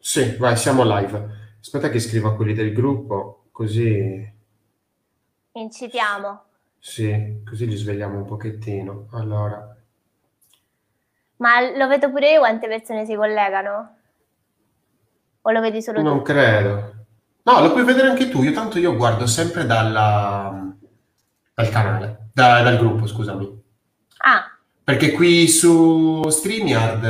Sì, vai, siamo live. Aspetta che scrivo a quelli del gruppo, così, Incitiamo. sì, così li svegliamo un pochettino. Allora, Ma lo vedo pure io quante persone si collegano? O lo vedi solo non tu? credo. No, lo puoi vedere anche tu. Io guardo sempre dal canale, dal gruppo, scusami. Ah, Perché qui su StreamYard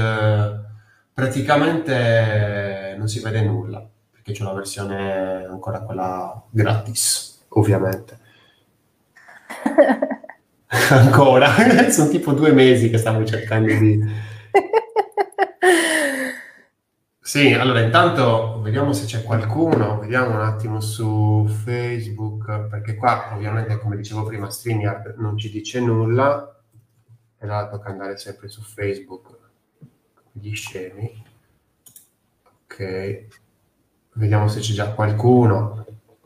praticamente non si vede nulla, perché c'è una versione ancora quella gratis, ovviamente. Ancora, sono tipo 2 mesi che stavo cercando di... Sì, allora intanto vediamo se c'è qualcuno, vediamo un attimo su Facebook, perché qua ovviamente come dicevo prima StreamYard non ci dice nulla, e là tocca andare sempre su Facebook, gli scemi. Ok, vediamo se c'è già qualcuno.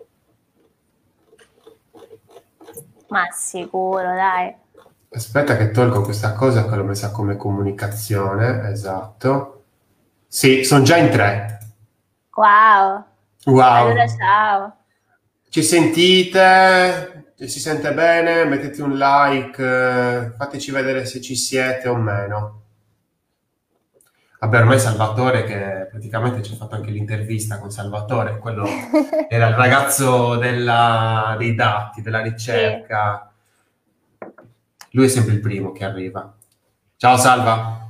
ma sicuro, dai. Aspetta che tolgo questa cosa che l'ho messa come comunicazione, esatto. Sì, sono già in 3. Wow. Allora Wow. ciao. Ci sentite? Si sente bene? Mettete un like, fateci vedere se ci siete o meno. Vabbè, ormai Salvatore, che praticamente ci ha fatto anche l'intervista con Salvatore, quello era il ragazzo dei dati, della Sì. ricerca. Lui è sempre il primo che arriva. Ciao Salva.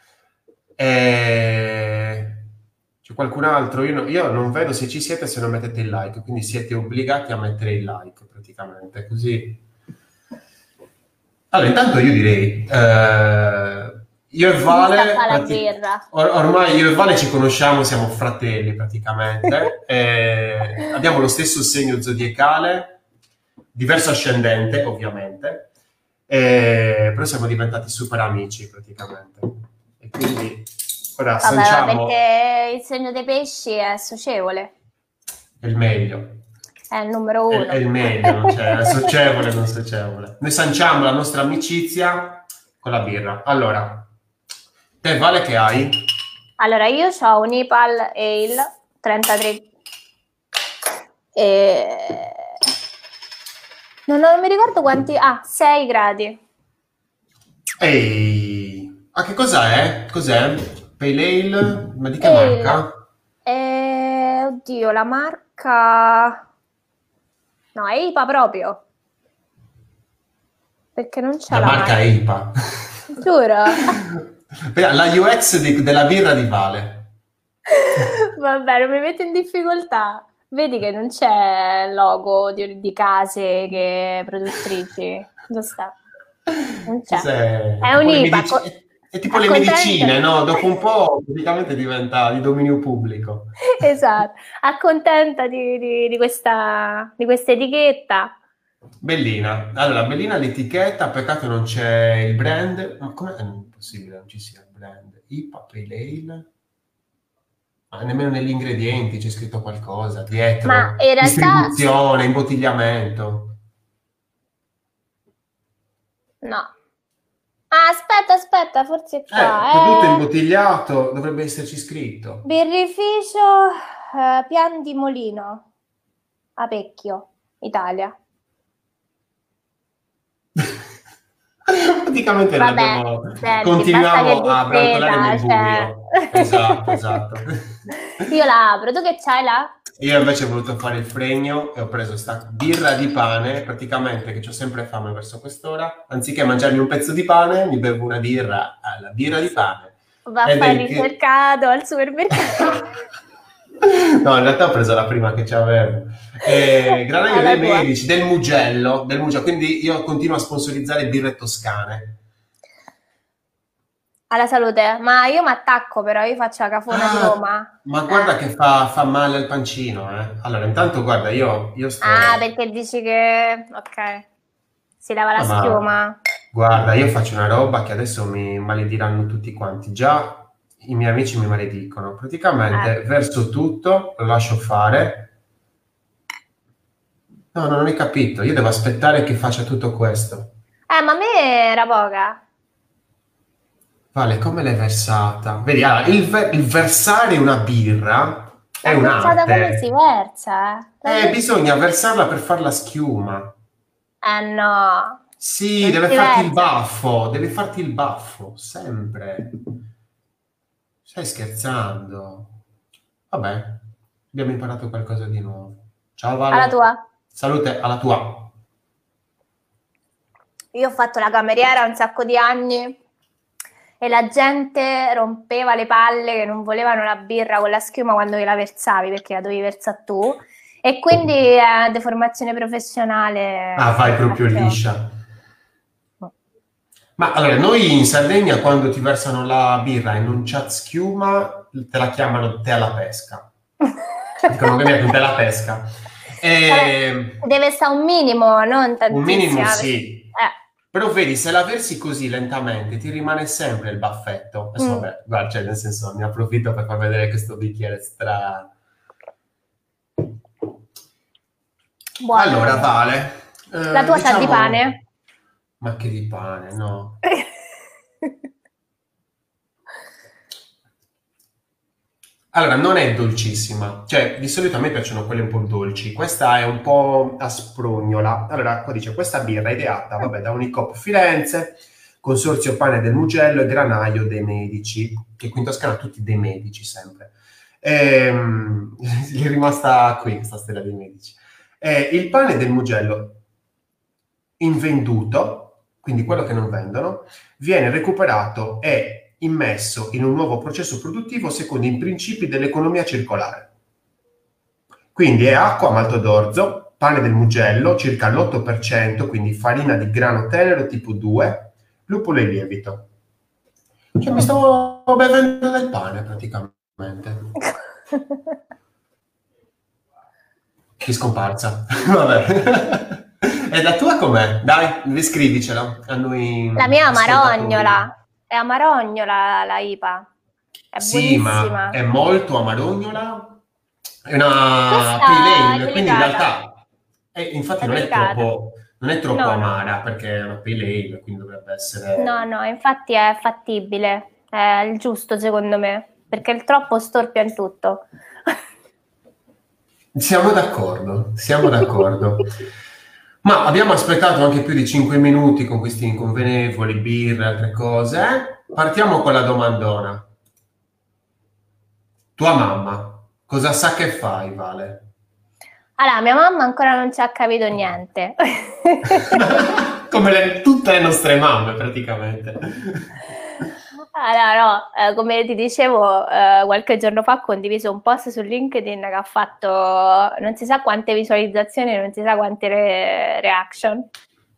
C'è qualcun altro? Io non vedo se ci siete se non mettete il like, quindi siete obbligati a mettere il like praticamente, così. Allora, intanto io direi, io e Chi sta a Vale, fare la birra? ormai io e Vale ci conosciamo, siamo fratelli praticamente, abbiamo lo stesso segno zodiacale, diverso ascendente ovviamente, però siamo diventati super amici praticamente. E quindi ora Vabbè, ma sanciamo perché il segno dei pesci è socievole, il meglio. è il numero È il uno. meglio, non c'è, è socievole, non socievole. Noi sanciamo la nostra amicizia con la birra. Allora, te Vale che hai? Allora, io ho un IPAL Ale 33 e... non mi ricordo quanti... Ah, 6 gradi. Ehi, che cosa è? Cos'è? Pale Ale? Ma di che Ale. marca? Oddio, la marca... No, è IPA proprio, perché non c'è La la marca marca. EIPA. Giuro? La UX della birra di Vale. Vabbè, non mi metto in difficoltà. Vedi che non c'è logo di case che produttrici. Dove sta? Non c'è. Cos'è? È Tipo le un'IPA. medicine, è tipo le Accontenta. medicine, no? Dopo un po' praticamente diventa di dominio pubblico. Esatto. Accontenta di questa etichetta. Bellina. Allora, bellina l'etichetta, peccato non c'è il brand. Ma com'è possibile non ci sia il brand? IPA Pale Ale? Ma nemmeno negli ingredienti c'è scritto qualcosa, Ma dietro, in realtà distribuzione, imbottigliamento. no. Ah, aspetta, aspetta, forse è qua. Prodotto imbottigliato, dovrebbe esserci scritto. Birrificio Pian di Molino, a Pecchio, Italia. Praticamente Vabbè, senti, basta che continuiamo a brancolare disseta, nel cioè... buio. Esatto, esatto. Io la apro, tu che c'hai là? Io invece ho voluto fare il fregno e ho preso sta birra di pane, praticamente che ho sempre fame verso quest'ora, anziché mangiarmi un pezzo di pane, mi bevo una birra alla birra di pane. Va a Ed è fare il il che... mercato al supermercato. No, in realtà ho preso la prima che c'avevo. Granaio Alla dei tua. Medici, del Mugello, quindi io continuo a sponsorizzare birre toscane. Alla salute. Ma io mi attacco però, io faccio la cafona di Ah, Roma. ma guarda che fa male al pancino, eh. Allora, intanto guarda, io Ah, sto... perché dici che... Ok. Si lava la Ma schiuma. guarda, io faccio una roba che adesso mi malediranno tutti quanti. Già i miei amici mi maledicono. Eh. Praticamente verso tutto, lo lascio fare. No, no, non hai capito. Io devo aspettare che faccia tutto questo. Ma a me era poca. Vale, come l'hai versata? Vedi, allora, il versare una birra è L'ho versata come si un'arte. versa, eh? L'ho Bisogna versata. versarla per far la schiuma. No, Sì, non deve si farti il versa. baffo, deve farti il baffo, sempre. Stai scherzando? Vabbè, abbiamo imparato qualcosa di nuovo. Ciao Alla Vale, tua. salute alla tua. Io ho fatto la cameriera un sacco di anni e la gente rompeva le palle che non volevano la birra con la schiuma quando gliela versavi perché la dovevi versare tu. E quindi deformazione professionale Ah, vai proprio proprio. liscia. Ma allora, noi in Sardegna quando ti versano la birra e non c'ha schiuma, te la chiamano te alla pesca. Dicono che mi è te la pesca. Vabbè, E... deve stare un minimo, non Un minimo tantissima. sì. Però vedi, se la versi così lentamente, ti rimane sempre il baffetto. Adesso Mm, vabbè, guarda, cioè, nel senso, ne approfitto per far vedere questo bicchiere stra... buono, Allora, vabbè. Vale, La tua sa di diciamo... pane? Ma che di pane, no? Allora, non è dolcissima, cioè di solito a me piacciono quelle un po' dolci, questa è un po' a sprugnola. Allora, qua dice, questa birra è ideata, vabbè, da Unicoop Firenze, Consorzio Pane del Mugello e Granaio dei Medici, che qui in Toscana tutti dei medici sempre. Gli è rimasta qui questa stella dei Medici. Il pane del Mugello invenduto, quindi quello che non vendono, viene recuperato e immesso in un nuovo processo produttivo secondo i principi dell'economia circolare. Quindi è acqua, malto d'orzo, pane del Mugello, circa l'8%, quindi farina di grano tenero tipo 2, lupolo e lievito. Cioè mi sto bevendo del pane praticamente. Chi scomparsa. Vabbè. E la tua com'è? Dai, descrivicela a La noi mia è ascoltatori. amarognola, è amarognola la IPA, è Sì, ma buonissima. è molto amarognola, è una pale Questa è ale, quindi in delicata, realtà, infatti è delicata. non è troppo No, no, amara perché è una pale ale, quindi dovrebbe no, essere... no, infatti è fattibile, è il giusto secondo me, perché il troppo storpia in tutto. Siamo d'accordo, siamo d'accordo. Ma abbiamo aspettato anche più di 5 minuti con questi inconvenevoli, birre e altre cose. Partiamo con la domandona. Tua mamma, cosa sa che fai, Vale? Allora, mia mamma ancora non ci ha capito niente. Come tutte le nostre mamme, praticamente. Allora, no, come ti dicevo, qualche giorno fa ho condiviso un post su LinkedIn che ha fatto non si sa quante visualizzazioni, non si sa quante reaction,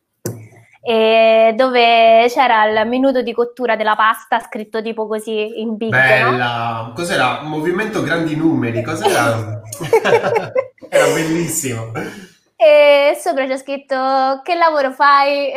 e dove c'era il minuto di cottura della pasta scritto tipo così in big, no? Bella. Cos'era? Movimento grandi numeri. Cos'era? Era bellissimo. E sopra c'è scritto che lavoro fai?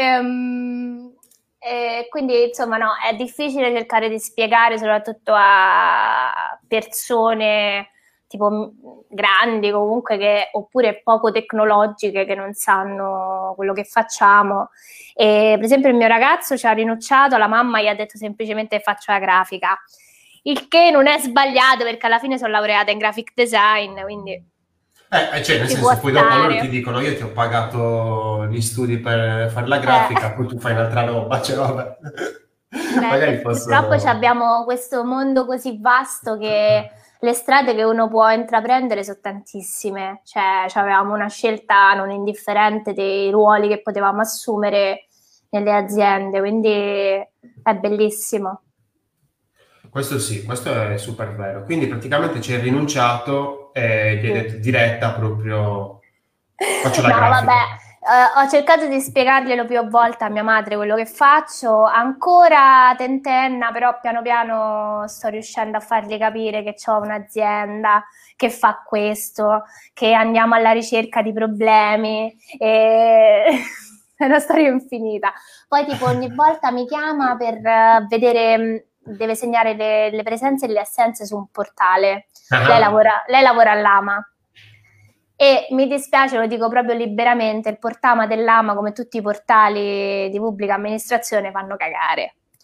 E quindi insomma no, è difficile cercare di spiegare soprattutto a persone tipo grandi comunque oppure poco tecnologiche che non sanno quello che facciamo. E, per esempio il mio ragazzo ci ha rinunciato, la mamma gli ha detto semplicemente che faccio la grafica, il che non è sbagliato perché alla fine sono laureata in graphic design, quindi Cioè, nel ci può senso, poi dopo loro ti stare. dicono io ti ho pagato gli studi per fare la grafica, poi tu fai un'altra roba, cioè vabbè. Magari Purtroppo possono... abbiamo questo mondo così vasto che le strade che uno può intraprendere sono tantissime, cioè avevamo una scelta non indifferente dei ruoli che potevamo assumere nelle aziende, quindi è bellissimo. Questo sì, questo è super vero. Quindi praticamente ci hai rinunciato e gli hai Sì. detto diretta proprio faccio la No, vabbè, grafica. ho cercato di spiegarglielo più volte a mia madre quello che faccio, ancora tentenna, però piano piano sto riuscendo a fargli capire che ho un'azienda che fa questo, che andiamo alla ricerca di problemi, e... è una storia infinita. Poi tipo ogni volta mi chiama per vedere, deve segnare le presenze e le assenze su un portale. Ah, Lei lavora all'AMA. E mi dispiace, lo dico proprio liberamente, il portama dell'AMA, come tutti i portali di pubblica amministrazione, fanno cagare.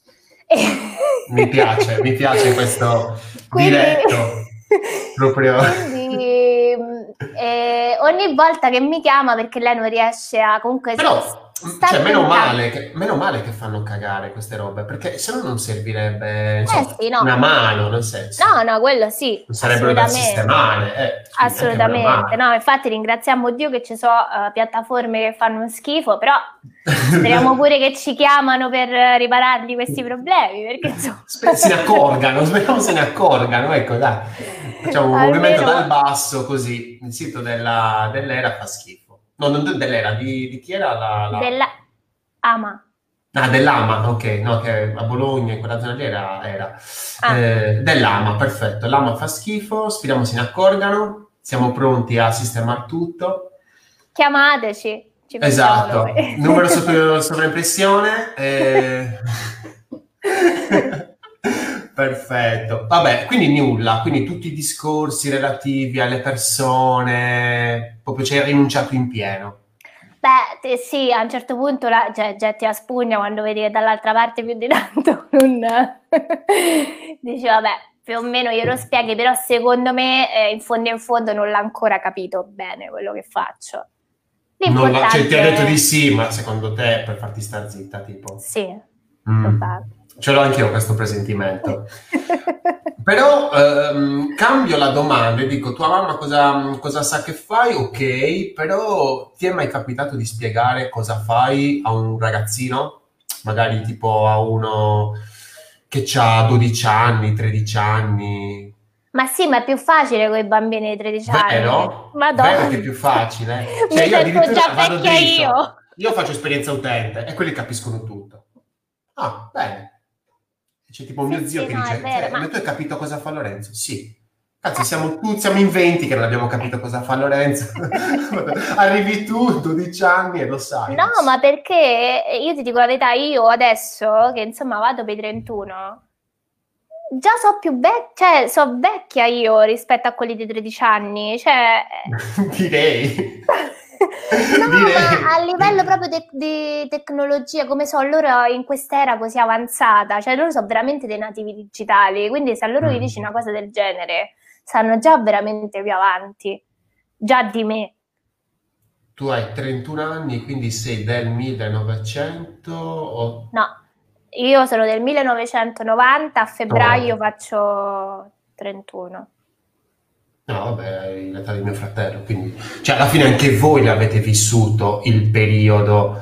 Mi piace questo Quindi, diretto, proprio. quindi ogni volta che mi chiama, perché lei non riesce a comunque Però, sta cioè, tentando. meno male che fanno cagare queste robe, perché se no non servirebbe, insomma, Sì, no. una mano, nel senso, No, no, quello sì, non sarebbero da assolutamente. sistemare, quindi anche meno Assolutamente. male. No, infatti ringraziamo Dio che ci sono piattaforme che fanno schifo, però speriamo pure che ci chiamano per riparargli questi problemi, perché insomma... Se ne accorgano, speriamo se ne accorgano, ecco, dai. Facciamo un movimento Almeno dal basso, così il sito dell'era fa schifo. No, non dell'era, di chi era della ama. Ah, dell'Ama, ok, no, che a Bologna, in quella zona lì era. Ah, Dell'Ama, perfetto. L'Ama fa schifo, speriamo se ne accorgano, siamo pronti a sistemare tutto. chiamateci, ci pensiamo Esatto, noi. numero sovraimpressione. Perfetto. Vabbè, quindi nulla, quindi tutti i discorsi relativi alle persone, proprio ci hai rinunciato in pieno. Beh, sì, a un certo punto cioè, getti la spugna quando vedi che dall'altra parte più di tanto non... dici, vabbè, più o meno glielo spieghi, però secondo me in fondo non l'ha ancora capito bene quello che faccio. Cioè, ti ha detto di L'importante sì, ma secondo te per farti star zitta, tipo? sì, Mm. probabile. Ce l'ho anch'io questo presentimento. Però cambio la domanda e dico, tua mamma cosa sa che fai? Ok, però ti è mai capitato di spiegare cosa fai a un ragazzino? Magari tipo a uno che ha 12 anni, 13 anni. Ma sì, ma è più facile con i bambini di 13 anni. Vero? Vero che è Madonna, più facile? Cioè mi io sento addirittura già vado vecchia dritto. io. Io faccio esperienza utente e quelli capiscono tutto. Ah, bene. C'è tipo Sì, mio zio sì, che no, è dice, vero, ma tu hai capito cosa fa Lorenzo? Sì. Cazzo, eh, siamo in 20 che non abbiamo capito cosa fa Lorenzo. Arrivi tu, 12 anni e lo sai. no, ma perché io ti dico la verità, io adesso che insomma vado per i 31, già so più vecchia, cioè so vecchia io rispetto a quelli di 13 anni, cioè... Direi. No, ma a Direi. livello proprio di tecnologia, come so loro in quest'era così avanzata, cioè loro sono veramente dei nativi digitali, quindi se a loro gli dici Mm. una cosa del genere, stanno già veramente più avanti, già di me. Tu hai 31 anni, quindi sei del 1900 o No, io sono del 1990, a febbraio 90. faccio 31. No, vabbè, hai l'età di mio fratello, quindi... Cioè, alla fine anche voi avete vissuto il periodo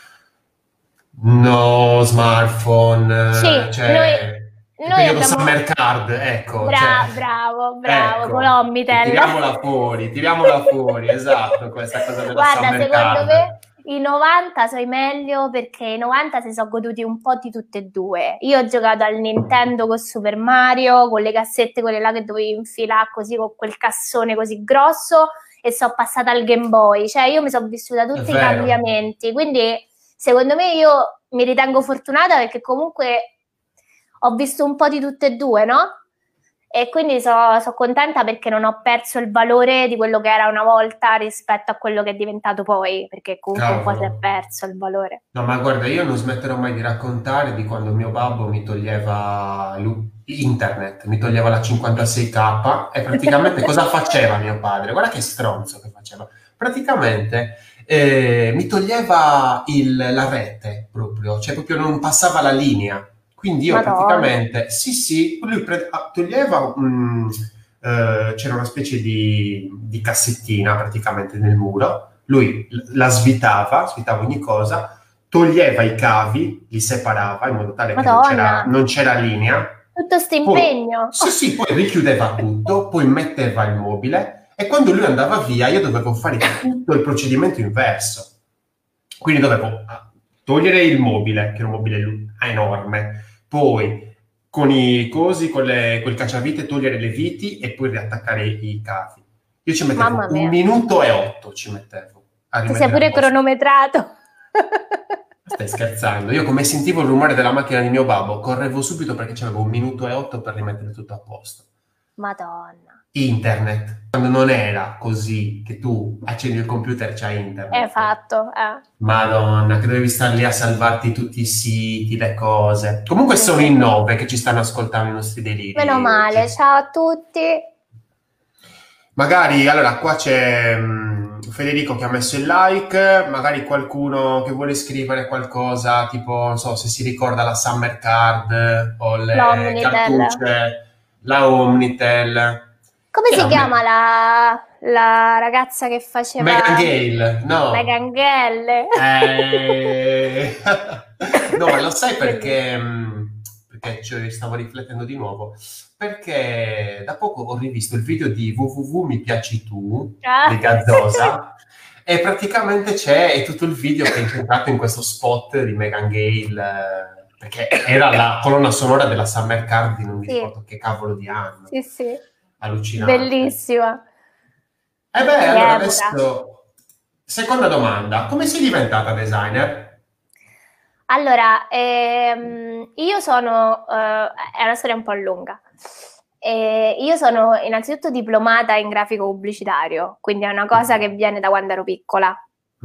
no Sì, smartphone, cioè il noi periodo abbiamo... Summer Card, ecco, cioè, Bravo, con ecco, l'Omnitel. tiriamola fuori, esatto, questa cosa della Guarda, Summer secondo Card. me i 90 sono i meglio perché i 90 si sono goduti un po' di tutte e due. Io ho giocato al Nintendo con Super Mario, con le cassette, quelle là che dovevi infilare così con quel cassone così grosso, e sono passata al Game Boy. Cioè, io mi sono vissuta È tutti i vero. cambiamenti. Quindi, secondo me, io mi ritengo fortunata perché comunque ho visto un po' di tutte e due, no? E quindi sono contenta perché non ho perso il valore di quello che era una volta rispetto a quello che è diventato poi, perché comunque un po' si è Cavolo. perso il valore. No, ma guarda, io non smetterò mai di raccontare di quando mio babbo mi toglieva internet, mi toglieva la 56K e praticamente cosa faceva mio padre? Guarda che stronzo che faceva. Praticamente mi toglieva la rete proprio, cioè proprio non passava la linea. Quindi io Madonna. praticamente, sì, sì, lui toglieva, c'era una specie di cassettina praticamente nel muro, lui la svitava ogni cosa, toglieva i cavi, li separava in modo tale che Madonna. non c'era linea, Tutto sto poi, impegno. sì, sì, poi richiudeva tutto, poi metteva il mobile e quando lui andava via io dovevo fare tutto il procedimento inverso. Quindi dovevo togliere il mobile, che era un mobile enorme, poi con i cosi, quel cacciavite, togliere le viti e poi riattaccare i cavi. Io ci mettevo Mamma un mia. minuto e 8 ci mettevo a Ti sei rimettere a pure posto. cronometrato. Stai scherzando? Io come sentivo il rumore della macchina di mio babbo, correvo subito perché c'avevo un minuto e 8 per rimettere tutto a posto. Madonna. Internet, quando non era così, che tu accendi il computer e c'hai internet. Fatto, Madonna, che dovevi stare lì a salvarti tutti i siti, le cose. Comunque Sì. sono in 9 che ci stanno ascoltando i nostri deliri. Meno male, ciao a tutti. Magari, allora, qua c'è Federico che ha messo il like, magari qualcuno che vuole scrivere qualcosa, tipo, non so, se si ricorda la Summer Card o le L'Omnitel. cartucce, la Omnitel. Come Che si a me- chiama la ragazza che faceva Megan Gale, no. Megan Gale? No, ma lo sai perché, perché ci stavo riflettendo di nuovo? Perché da poco ho rivisto il video di www mi piaci tu, di Gazzosa, e praticamente è tutto il video che è incentrato in questo spot di Megan Gale, perché era la colonna sonora della Summer Card di non mi Sì. ricordo che cavolo di anno. Sì. Allucinante. Bellissima. Allora adesso, seconda domanda, come sei diventata designer? Allora, io sono, è una storia un po' lunga. Io sono innanzitutto diplomata in grafico pubblicitario, quindi è una cosa che viene da quando ero piccola.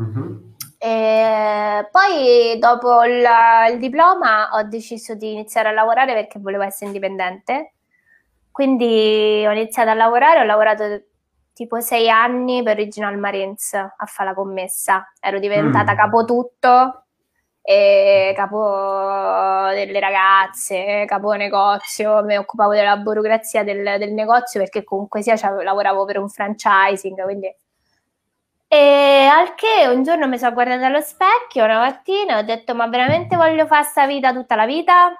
Poi dopo il diploma ho deciso di iniziare a lavorare perché volevo essere indipendente, quindi ho iniziato a lavorare, ho lavorato tipo 6 anni per Original Marines a fare la commessa, ero diventata capo tutto, capo delle ragazze, capo negozio, mi occupavo della burocrazia del negozio perché comunque sia lavoravo per un franchising, quindi... E al che un giorno mi sono guardata allo specchio una mattina e ho detto ma veramente voglio fare sta vita tutta la vita?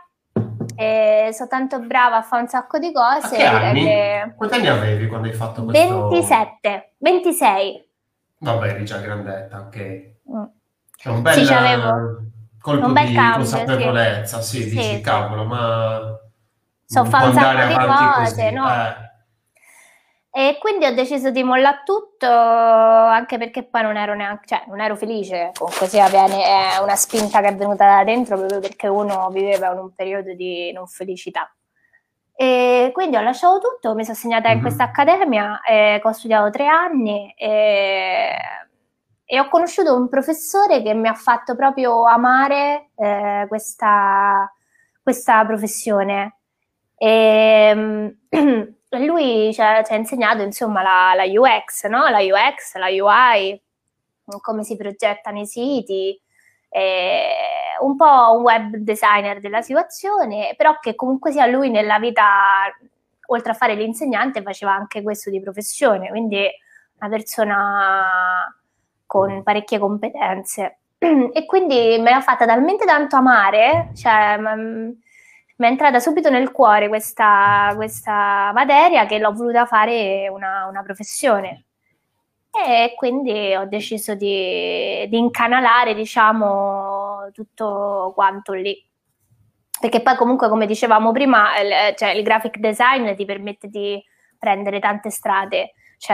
E sono tanto brava a fare un sacco di cose. A che anni? Quanti anni avevi quando hai fatto questo? 27, 26. Vabbè, eri già grandetta, ok. C'è un Sì, bel c'avevo colpo un bel di cambio, consapevolezza, sì, sì. dici, cavolo, ma so non fare può un sacco andare di avanti cose, così. no? E quindi ho deciso di mollare tutto, anche perché poi non ero neanche, cioè non ero felice, comunque sia è una spinta che è venuta da dentro proprio perché uno viveva in un periodo di non felicità. E quindi ho lasciato tutto, mi sono segnata in questa accademia che ho studiato 3 anni e ho conosciuto un professore che mi ha fatto proprio amare questa professione. E lui ci ha insegnato insomma la UX, no? La UX, la UI, come si progettano i siti, un po' un web designer della situazione, però che comunque sia lui nella vita, oltre a fare l'insegnante, faceva anche questo di professione, quindi una persona con parecchie competenze. E quindi me l'ha fatta talmente tanto amare, cioè mi è entrata subito nel cuore questa materia che l'ho voluta fare una professione. E quindi ho deciso di incanalare, diciamo, tutto quanto lì. Perché poi comunque, come dicevamo prima, cioè, il graphic design ti permette di prendere tante strade.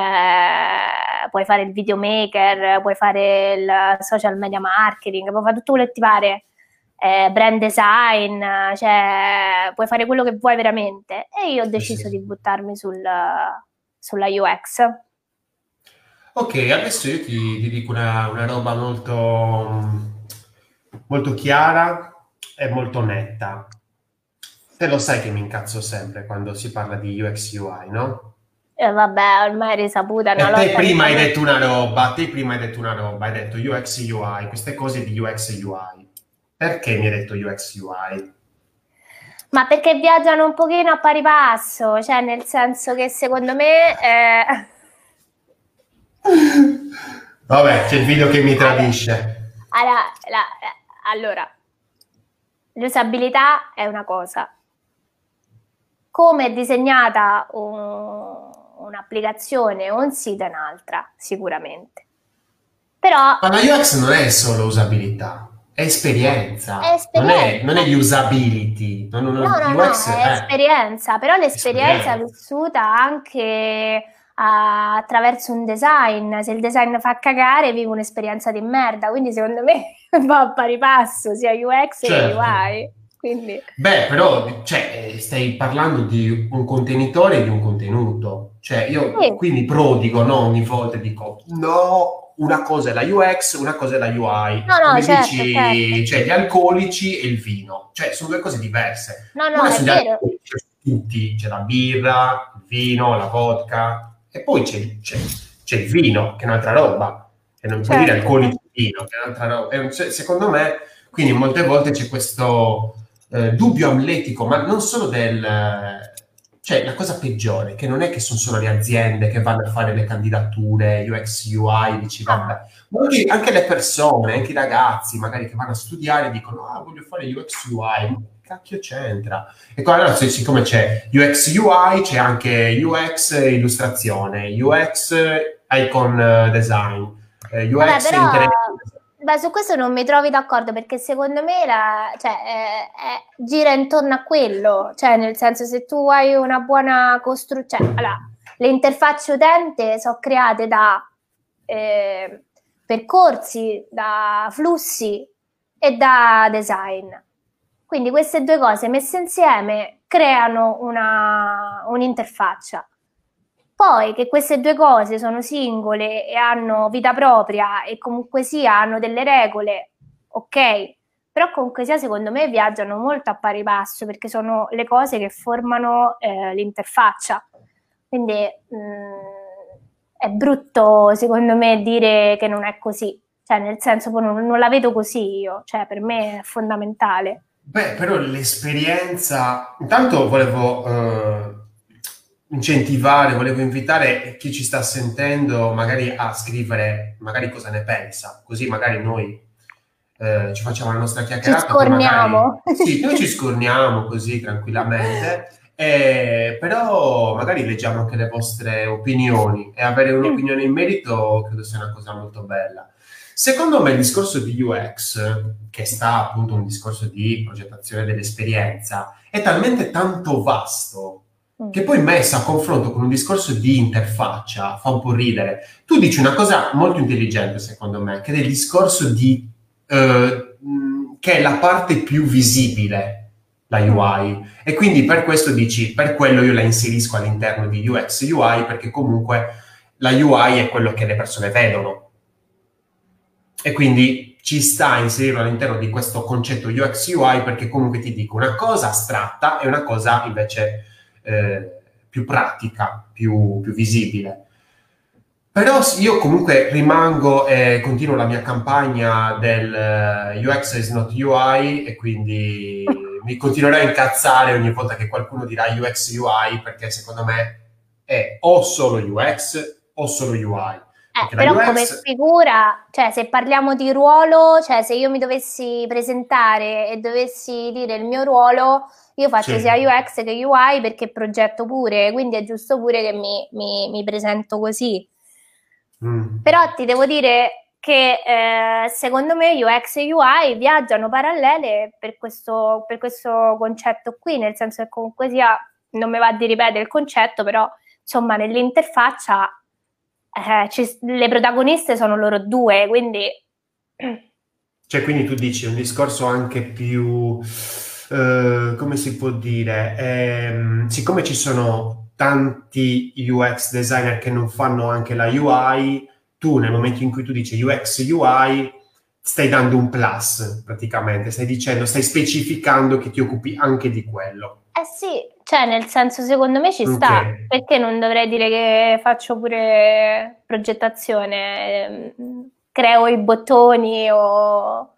Cioè, puoi fare il videomaker, puoi fare il social media marketing, puoi fare tutto quello che ti pare. Brand design, cioè puoi fare quello che vuoi veramente. E io ho deciso di buttarmi sulla UX. Ok, adesso io ti dico una roba molto chiara e molto netta. Te lo sai che mi incazzo sempre quando si parla di UX UI, no? Vabbè, ormai è risaputa. E te prima hai detto una roba, hai detto UX UI, queste cose di UX UI. Perché mi hai detto UX UI? Ma perché viaggiano un pochino a pari passo, cioè nel senso che secondo me... Vabbè, c'è il video che mi tradisce. Allora, l'usabilità è una cosa. Come è disegnata un'applicazione o un sito è un'altra, sicuramente. Però... Ma la UX non è solo usabilità, è esperienza. È esperienza. Non è usability. UX è esperienza, però l'esperienza è vissuta anche attraverso un design. Se il design fa cagare, vivi un'esperienza di merda, quindi secondo me va a pari passo sia UX che UI. Quindi... Beh, però, cioè, stai parlando di un contenitore e di un contenuto. Cioè, io Sì. qui mi prodigo, no? Ogni volta dico, no, una cosa è la UX, una cosa è la UI. No, no, Come certo, certo. dici, cioè, gli alcolici e il vino. Cioè, sono due cose diverse. No, no, Una è sono gli vero. alcolici, cioè, tutti, c'è la birra, il vino, la vodka, e poi c'è il vino, che è un'altra roba. E non puoi dire Certo, alcolici certo. e vino, che è un'altra roba. Secondo me, quindi molte volte c'è questo dubbio amletico, ma non solo cioè la cosa peggiore, che non è che sono solo le aziende che vanno a fare le candidature UX, UI, dici vabbè, Ah, ma anche le persone, anche i ragazzi magari che vanno a studiare dicono ah voglio fare UX, UI, ma che cacchio c'entra? E qua allora siccome c'è UX, UI, c'è anche UX illustrazione, UX icon design, vabbè, UX però interaction. beh, su questo non mi trovi d'accordo perché secondo me cioè, gira intorno a quello, cioè nel senso se tu hai una buona costruzione, cioè, allora, le interfacce utente sono create da percorsi, da flussi e da design. Quindi queste due cose messe insieme creano un'interfaccia. Poi che queste due cose sono singole e hanno vita propria e comunque sia hanno delle regole, ok, però comunque sia secondo me viaggiano molto a pari passo perché sono le cose che formano l'interfaccia. Quindi è brutto secondo me dire che non è così, cioè nel senso non la vedo così io, cioè per me è fondamentale. Beh, però l'esperienza, intanto volevo incentivare, volevo invitare chi ci sta sentendo magari a scrivere magari cosa ne pensa, così magari noi ci facciamo la nostra Ci chiacchierata, poi magari scorniamo. sì, noi ci scorniamo così tranquillamente, però magari leggiamo anche le vostre opinioni e avere un'opinione in merito credo sia una cosa molto bella. Secondo me il discorso di UX, che sta appunto un discorso di progettazione dell'esperienza, è talmente tanto vasto che poi messo a confronto con un discorso di interfaccia fa un po' ridere. Tu dici una cosa molto intelligente, secondo me, che è il discorso di che è la parte più visibile, la UI. E quindi per questo dici, per quello io la inserisco all'interno di UX UI, perché comunque la UI è quello che le persone vedono. E quindi ci sta a inserirlo all'interno di questo concetto UX UI perché comunque ti dico una cosa astratta e una cosa invece più pratica, più visibile. Però io comunque rimango e continuo la mia campagna del UX is not UI e quindi mi continuerò a incazzare ogni volta che qualcuno dirà UX UI perché secondo me è o solo UX o solo UI. Perché la Però come UX figura, cioè se parliamo di ruolo, cioè se io mi dovessi presentare e dovessi dire il mio ruolo, io faccio sia sì. UX che UI perché progetto pure, quindi è giusto pure che mi presento così. Mm. Però ti devo dire che secondo me UX e UI viaggiano parallele per questo concetto qui, nel senso che comunque sia, non mi va di ripetere il concetto, però insomma nell'interfaccia le protagoniste sono loro due, quindi... Cioè, quindi tu dici un discorso anche più, come si può dire, siccome ci sono tanti UX designer che non fanno anche la UI, tu nel momento in cui tu dici UX UI stai dando un plus praticamente, stai dicendo, stai specificando che ti occupi anche di quello. Eh sì, cioè nel senso secondo me ci Ok. sta, perché non dovrei dire che faccio pure progettazione, creo i bottoni o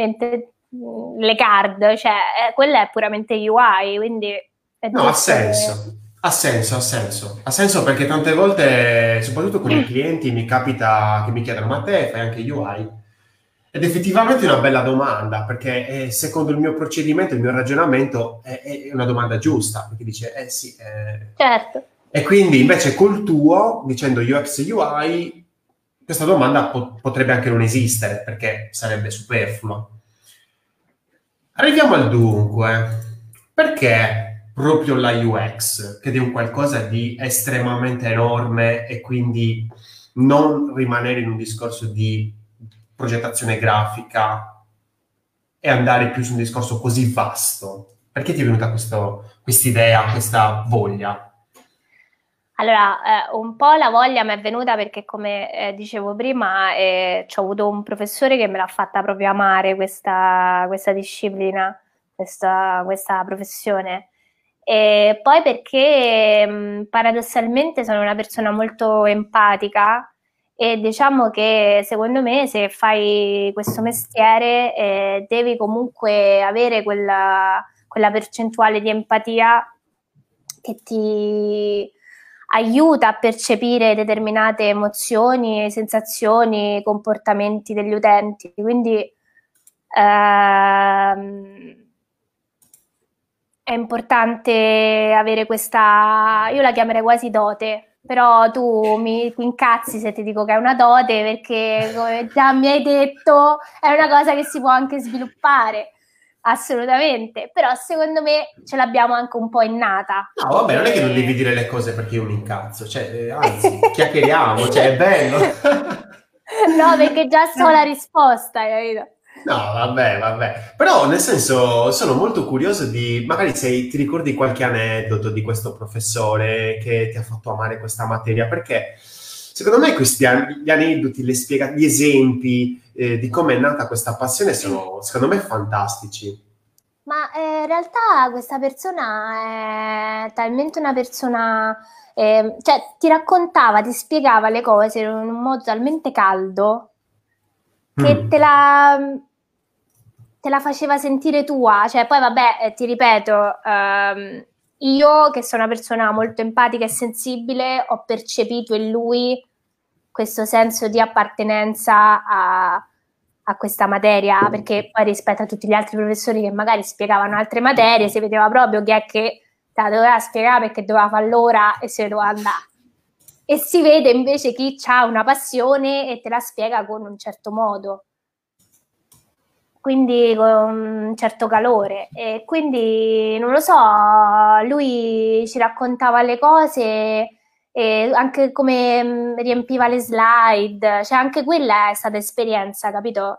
le card, cioè quella è puramente UI, quindi è No, ha giusto senso, ha senso, ha senso. Ha senso perché tante volte, soprattutto con i clienti, mi capita che mi chiedono, ma te fai anche UI? Ed effettivamente è una bella domanda, perché secondo il mio procedimento, il mio ragionamento, è una domanda giusta, perché dice, eh sì. certo. E quindi invece col tuo, dicendo UX UI, questa domanda potrebbe anche non esistere, perché sarebbe superfluo. Arriviamo al dunque. Perché proprio la UX, che è un qualcosa di estremamente enorme e quindi non rimanere in un discorso di progettazione grafica e andare più su un discorso così vasto? Perché ti è venuta quest'idea, questa voglia? Allora, un po' la voglia mi è venuta perché, come dicevo prima, ci ho avuto un professore che me l'ha fatta proprio amare questa disciplina, questa professione. E poi perché paradossalmente sono una persona molto empatica e diciamo che secondo me se fai questo mestiere devi comunque avere quella percentuale di empatia che ti aiuta a percepire determinate emozioni, sensazioni, comportamenti degli utenti. Quindi è importante avere questa, io la chiamerei quasi dote, però tu ti incazzi se ti dico che è una dote perché, come già mi hai detto, è una cosa che si può anche sviluppare. Assolutamente, però secondo me ce l'abbiamo anche un po' innata. No, vabbè, non è che non devi dire le cose perché io mi incazzo, cioè, anzi, chiacchieriamo, cioè, è bello. No, perché già so la risposta, capito? No, vabbè. Però, nel senso, sono molto curioso di, magari se ti ricordi qualche aneddoto di questo professore che ti ha fatto amare questa materia, perché secondo me gli aneddoti, gli esempi di come è nata questa passione sono, secondo me, fantastici. Ma in realtà questa persona è talmente una persona, cioè ti raccontava, ti spiegava le cose in un modo talmente caldo che Mm. te la faceva sentire tua. Cioè, poi vabbè, ti ripeto, io che sono una persona molto empatica e sensibile, ho percepito in lui questo senso di appartenenza a questa materia, perché poi rispetto a tutti gli altri professori che magari spiegavano altre materie, si vedeva proprio che è che te la doveva spiegare perché doveva fare l'ora e se ne doveva andare. E si vede invece chi ha una passione e te la spiega con un certo modo, quindi con un certo calore. E quindi non lo so, lui ci raccontava le cose e anche come riempiva le slide, cioè anche quella è stata esperienza, capito?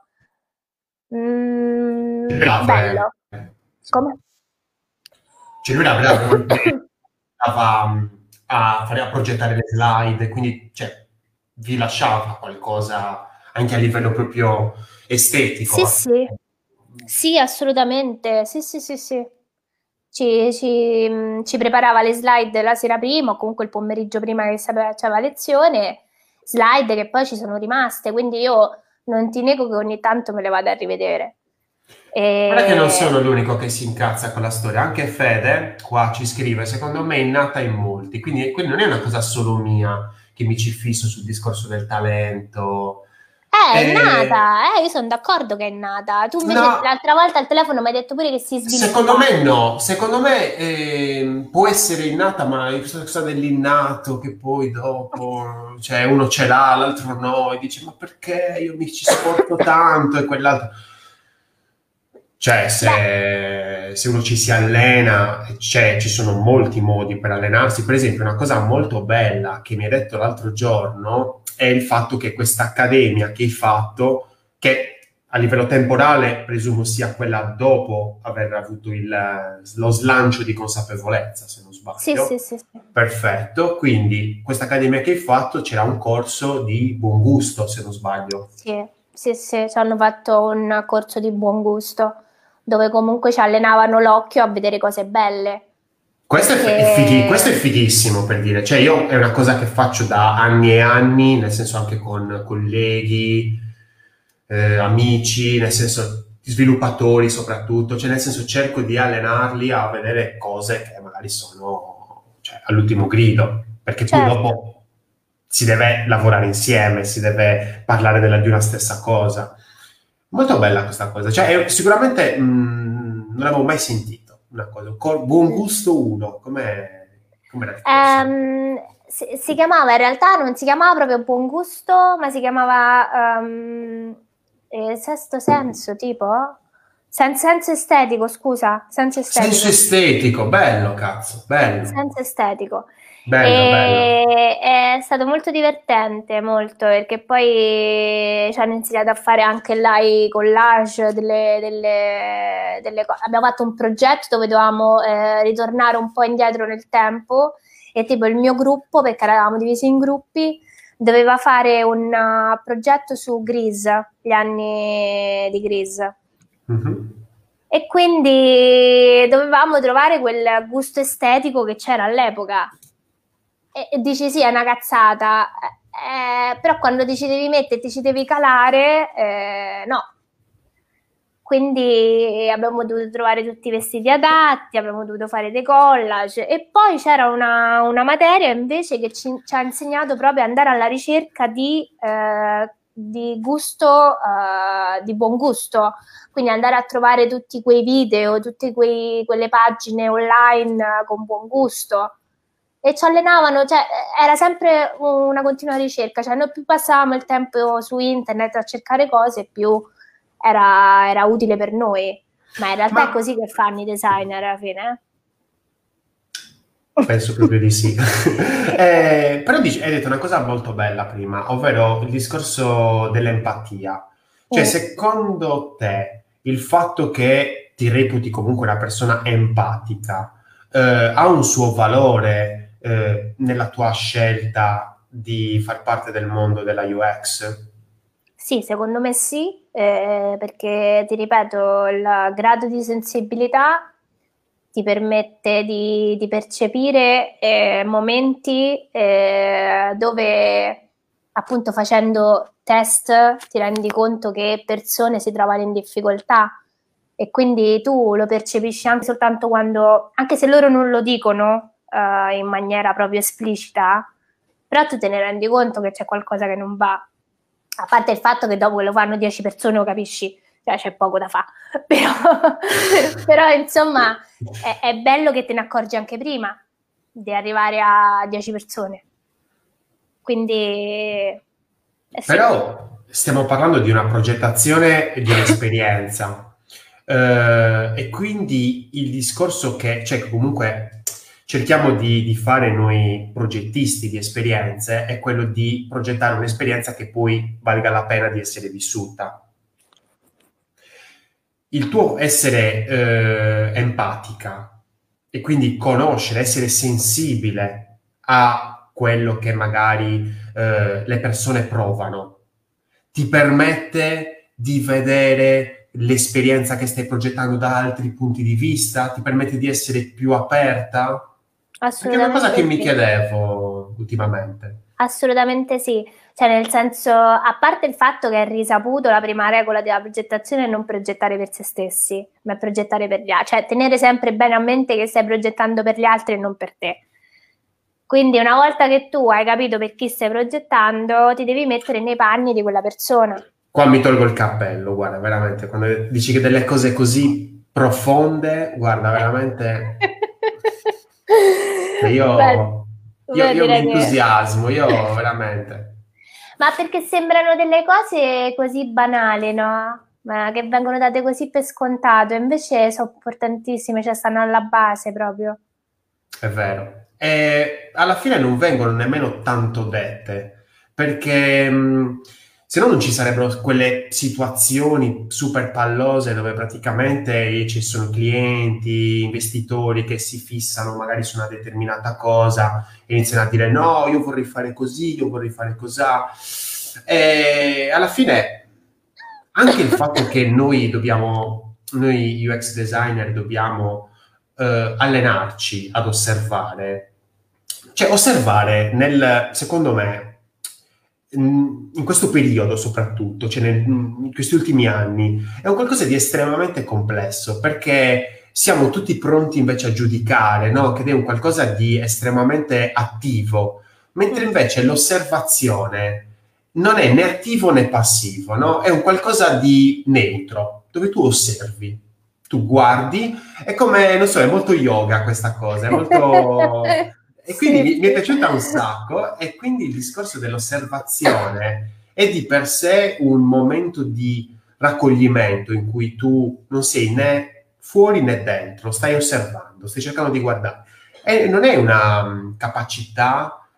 Bravo, Bello. Come? Cioè lui era bravo perché andava a progettare le slide, quindi cioè, vi lasciava qualcosa anche a livello proprio Sì, estetico. sì, sì, assolutamente, sì, sì, sì, sì. Ci preparava le slide la sera prima o comunque il pomeriggio prima che sapeva c'aveva lezione, slide che poi ci sono rimaste, quindi io non ti nego che ogni tanto me le vado a rivedere. Guarda che non sono E... l'unico che si incazza con la storia, anche Fede qua ci scrive, secondo me è nata in molti, quindi non è una cosa solo mia che mi ci fisso sul discorso del talento. È Eh, nata, io sono d'accordo che è nata. Tu invece no, l'altra volta al telefono mi hai detto pure che si secondo sviluppa. me no, secondo me può essere innata, ma questa cosa dell'innato che poi dopo, cioè uno ce l'ha, l'altro no, e dice ma perché io mi ci sforzo tanto e quell'altro. Cioè, Beh, se uno ci si allena, ci sono molti modi per allenarsi. Per esempio, una cosa molto bella che mi hai detto l'altro giorno è il fatto che questa accademia che hai fatto, che a livello temporale presumo sia quella dopo aver avuto lo slancio di consapevolezza, se non sì, sì, sbaglio. sì, sì. Perfetto, quindi questa accademia che hai fatto c'era un corso di buon gusto, se non sbaglio. Sì, sì, sì, ci hanno fatto un corso di buon gusto dove comunque ci allenavano l'occhio a vedere cose belle. Questo è Perché fighissimo per dire, cioè io è una cosa che faccio da anni e anni, nel senso anche con colleghi, amici, nel senso sviluppatori soprattutto, cioè nel senso cerco di allenarli a vedere cose che magari sono cioè, all'ultimo grido, perché poi certo. dopo si deve lavorare insieme, si deve parlare di una stessa cosa. Molto bella questa cosa, cioè sicuramente non l'avevo mai sentito una cosa. Buon gusto 1, com'era il corso? Si chiamava, in realtà non si chiamava proprio Buon Gusto, ma si chiamava Sesto Senso, tipo? Senso estetico, scusa, senso Senso estetico. estetico, bello cazzo, bello, Senso estetico. bello, bello. È stato molto divertente, molto, perché poi ci hanno insegnato a fare anche là i collage delle cose. Abbiamo fatto un progetto dove dovevamo ritornare un po' indietro nel tempo e tipo il mio gruppo, perché eravamo divisi in gruppi, doveva fare un progetto su Grease, gli anni di Grease. Mhm. E quindi dovevamo trovare quel gusto estetico che c'era all'epoca. E dici sì, è una cazzata, però quando ti ci devi mettere, ti ci devi calare, no. Quindi abbiamo dovuto trovare tutti i vestiti adatti, abbiamo dovuto fare dei collage e poi c'era una materia invece che ci ha insegnato proprio ad andare alla ricerca di gusto, di buon gusto, quindi andare a trovare tutti quei video, tutte quelle pagine online con buon gusto e ci allenavano, cioè era sempre una continua ricerca, cioè noi più passavamo il tempo su internet a cercare cose, più era utile per noi. Ma in realtà è Ma così che fanno i designer alla fine. penso proprio di sì. Però hai detto una cosa molto bella prima, ovvero il discorso dell'empatia. Cioè, Mm. secondo te, il fatto che ti reputi comunque una persona empatica, ha un suo valore, nella tua scelta di far parte del mondo della UX? Sì, secondo me sì, perché ti ripeto, il grado di sensibilità ti permette di percepire momenti dove appunto facendo test ti rendi conto che persone si trovano in difficoltà e quindi tu lo percepisci anche soltanto quando, anche se loro non lo dicono in maniera proprio esplicita, però tu te ne rendi conto che c'è qualcosa che non va. A parte il fatto che dopo che lo fanno 10 persone lo capisci, cioè c'è poco da fare. Però insomma è bello che te ne accorgi anche prima di arrivare a 10 persone. Quindi sì. Però stiamo parlando di una progettazione di un'esperienza. E quindi il discorso cioè che comunque cerchiamo di fare noi progettisti di esperienze è quello di progettare un'esperienza che poi valga la pena di essere vissuta. Il tuo essere empatica e quindi conoscere, essere sensibile a quello che magari le persone provano, ti permette di vedere l'esperienza che stai progettando da altri punti di vista, ti permette di essere più aperta? Perché è una cosa che Assolutamente mi sì. chiedevo ultimamente. Assolutamente sì, cioè nel senso, a parte il fatto che è risaputo, la prima regola della progettazione è non progettare per se stessi, ma progettare per gli altri, cioè tenere sempre bene a mente che stai progettando per gli altri e non per te. Quindi una volta che tu hai capito per chi stai progettando, ti devi mettere nei panni di quella persona. Qua mi tolgo il cappello, guarda, veramente, quando dici che delle cose così profonde, guarda, veramente, cioè Beh, io mi direi che... entusiasmo, io veramente. Ma perché sembrano delle cose così banali, no? Ma che vengono date così per scontato, invece sono importantissime, cioè stanno alla base proprio. È vero. E alla fine non vengono nemmeno tanto dette, perché se no non ci sarebbero quelle situazioni super pallose dove praticamente ci sono clienti, investitori che si fissano magari su una determinata cosa e iniziano a dire no, io vorrei fare così, io vorrei fare cosà. E alla fine anche il fatto che noi UX designer dobbiamo allenarci ad osservare, cioè osservare secondo me, in questo periodo soprattutto, cioè in questi ultimi anni, è un qualcosa di estremamente complesso perché siamo tutti pronti invece a giudicare, no? Che è un qualcosa di estremamente attivo, mentre invece l'osservazione non è né attivo né passivo, no? È un qualcosa di neutro, dove tu osservi, tu guardi, è come, non so, è molto yoga questa cosa, è molto... E quindi Sì, mi è sì. piaciuta un sacco, e quindi il discorso dell'osservazione è di per sé un momento di raccoglimento in cui tu non sei né fuori né dentro, stai osservando, stai cercando di guardare. E non è una capacità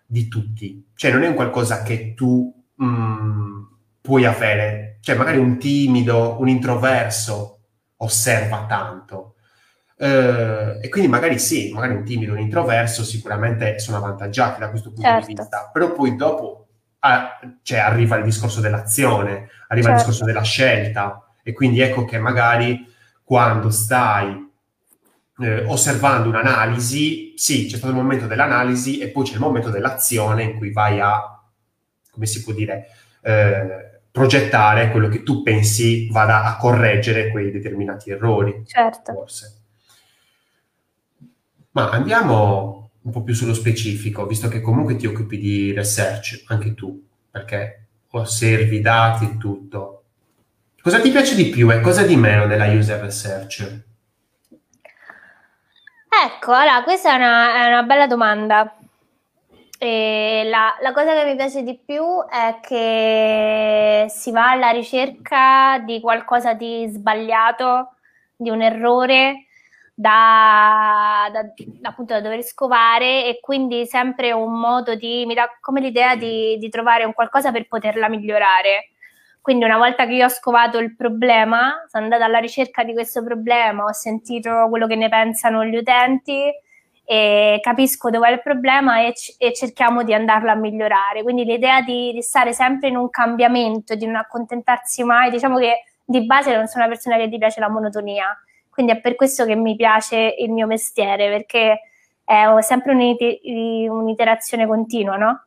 di tutti, cioè non è un qualcosa che tu puoi avere, cioè magari un timido, un introverso osserva tanto. E quindi magari sì, magari un timido, un introverso sicuramente sono avvantaggiati da questo punto di certo, vista, però poi dopo cioè, arriva il discorso dell'azione, arriva il discorso certo, della scelta, e quindi ecco che magari quando stai osservando un'analisi, sì, c'è stato il momento dell'analisi e poi c'è il momento dell'azione in cui vai a, come si può dire, progettare quello che tu pensi vada a correggere quei determinati errori, certo. forse. Ma andiamo un po' più sullo specifico, visto che comunque ti occupi di research, anche tu, perché osservi dati e tutto. Cosa ti piace di più e cosa di meno nella user research? Ecco, allora, questa è una bella domanda. E la cosa che mi piace di più è che si va alla ricerca di qualcosa di sbagliato, di un errore appunto da dover scovare, e quindi sempre un modo mi dà come l'idea di trovare un qualcosa per poterla migliorare. Quindi una volta che io ho scovato il problema, sono andata alla ricerca di questo problema, ho sentito quello che ne pensano gli utenti e capisco dov'è il problema e cerchiamo di andarlo a migliorare. Quindi l'idea di stare sempre in un cambiamento, di non accontentarsi mai, diciamo che di base non sono una persona che ti piace la monotonia, quindi è per questo che mi piace il mio mestiere, perché è sempre un'iterazione continua, no?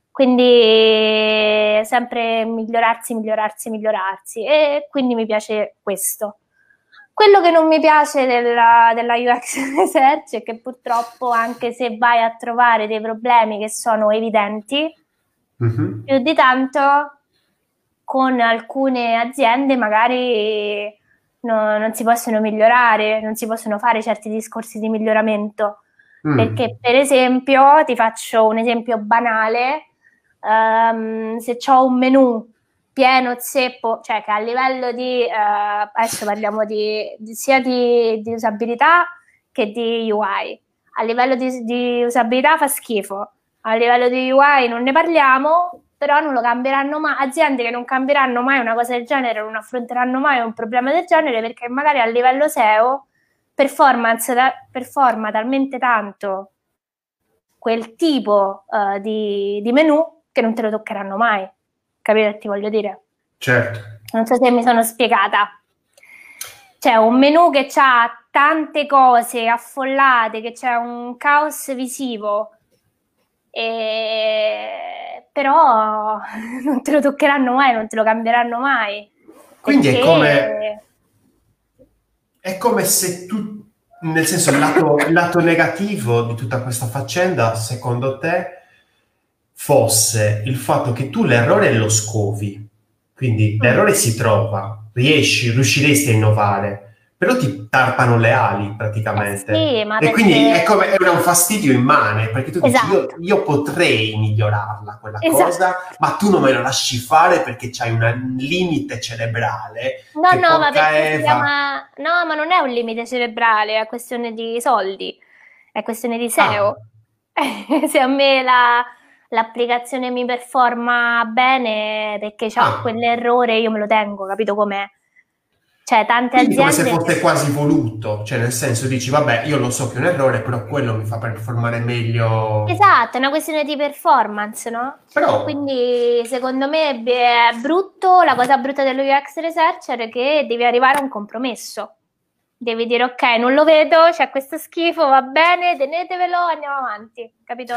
Quindi sempre migliorarsi, migliorarsi, migliorarsi, e quindi mi piace questo. Quello che non mi piace della UX Research è che purtroppo, anche se vai a trovare dei problemi che sono evidenti, Mhm. più di tanto con alcune aziende magari non si possono migliorare, non si possono fare certi discorsi di miglioramento. Mm. Perché, per esempio, ti faccio un esempio banale, se ho un menù pieno zeppo, cioè che a livello adesso parliamo sia di usabilità che di UI. A livello di usabilità fa schifo, a livello di UI non ne parliamo, però non lo cambieranno mai. Aziende che non cambieranno mai una cosa del genere, non affronteranno mai un problema del genere, perché magari a livello SEO performa talmente tanto quel tipo di menu che non te lo toccheranno mai. Capito che ti voglio dire? Certo. Non so se mi sono spiegata. C'è un menu che ha tante cose affollate, che c'è un caos visivo, però non te lo toccheranno mai, non te lo cambieranno mai, Quindi perché è come se tu, nel senso, il lato negativo di tutta questa faccenda, secondo te, fosse il fatto che tu l'errore lo scovi, quindi l'errore si trova, riusciresti a innovare, però ti tarpano le ali praticamente. sì, ma E quindi perché è un fastidio immane, perché tu dici esatto, io potrei migliorarla quella cosa, esatto. ma tu non me lo lasci fare perché c'hai un limite cerebrale No, che no, ma porca perché si Eva. chiama... No, ma non è un limite cerebrale, è questione di soldi, è questione di Ah, SEO. Se a me l'applicazione mi performa bene perché c'ho ah. quell'errore, io me lo tengo, capito com'è? Cioè, tante Quindi come se aziende... fosse quasi voluto, cioè nel senso dici, vabbè, io lo so che è un errore, però quello mi fa performare meglio. Esatto, è una questione di performance, no? Però, Quindi secondo me è brutto, la cosa brutta dello UX researcher è che devi arrivare a un compromesso. Devi dire ok, non lo vedo, c'è questo schifo, va bene, tenetevelo, andiamo avanti, capito?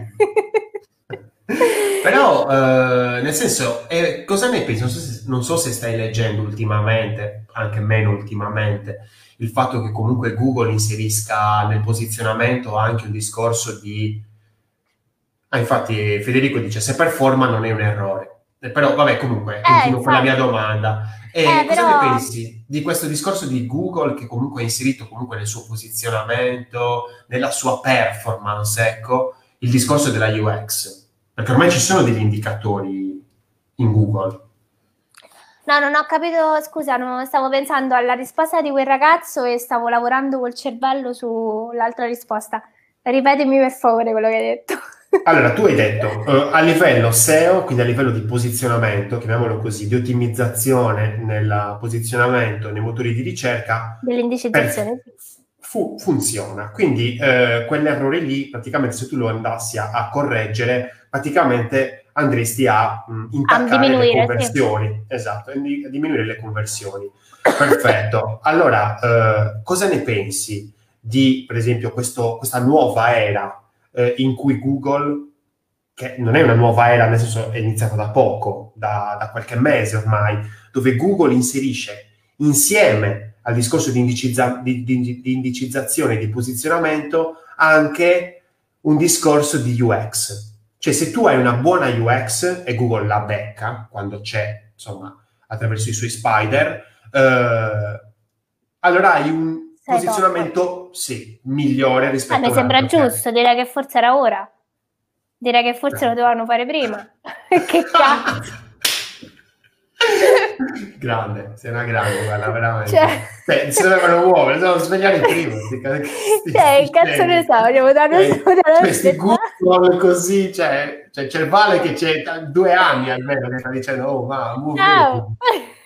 però nel senso, cosa ne pensi? Non so se stai leggendo ultimamente, anche meno ultimamente, il fatto che comunque Google inserisca nel posizionamento anche un discorso di. Ah, infatti Federico dice se performa non è un errore. Però vabbè, comunque, continuo con la mia Infatti, domanda. E cosa ne però pensi di questo discorso di Google che comunque ha inserito comunque nel suo posizionamento, nella sua performance, ecco, il discorso della UX? Perché ormai ci sono degli indicatori in Google. no, non ho capito, scusa, stavo pensando alla risposta di quel ragazzo e stavo lavorando col cervello sull'altra risposta. Ripetimi per favore quello che hai detto. Allora, tu hai detto a livello SEO, quindi a livello di posizionamento, chiamiamolo così, di ottimizzazione nel posizionamento nei motori di ricerca, Dell'indicizzazione, sì. funziona. Quindi quell'errore lì, praticamente se tu lo andassi a correggere, praticamente andresti a A intaccare le diminuire, sì. conversioni. Esatto, a diminuire le conversioni. Perfetto. Allora, cosa ne pensi di, per esempio, questa nuova era in cui Google, che non è una nuova era, nel senso è iniziata da poco, da qualche mese ormai, dove Google inserisce insieme al discorso di indicizzazione e di posizionamento anche un discorso di UX. Cioè se tu hai una buona UX e Google la becca quando c'è, insomma, attraverso i suoi spider, allora hai un Sei top. posizionamento, sì, migliore rispetto Mi a un sembra altro. giusto, direi che forse era ora. Direi che forse lo dovevano fare prima. Che cazzo. Grande, sei una grande, guarda, Cioè, veramente. Si dovevano muovere, si dovevano svegliare prima. che cazzo ne so, vogliamo dare Sti Google così, c'è il Vale che c'è 2 anni almeno che sta dicendo, oh, ma muovete. Ciao.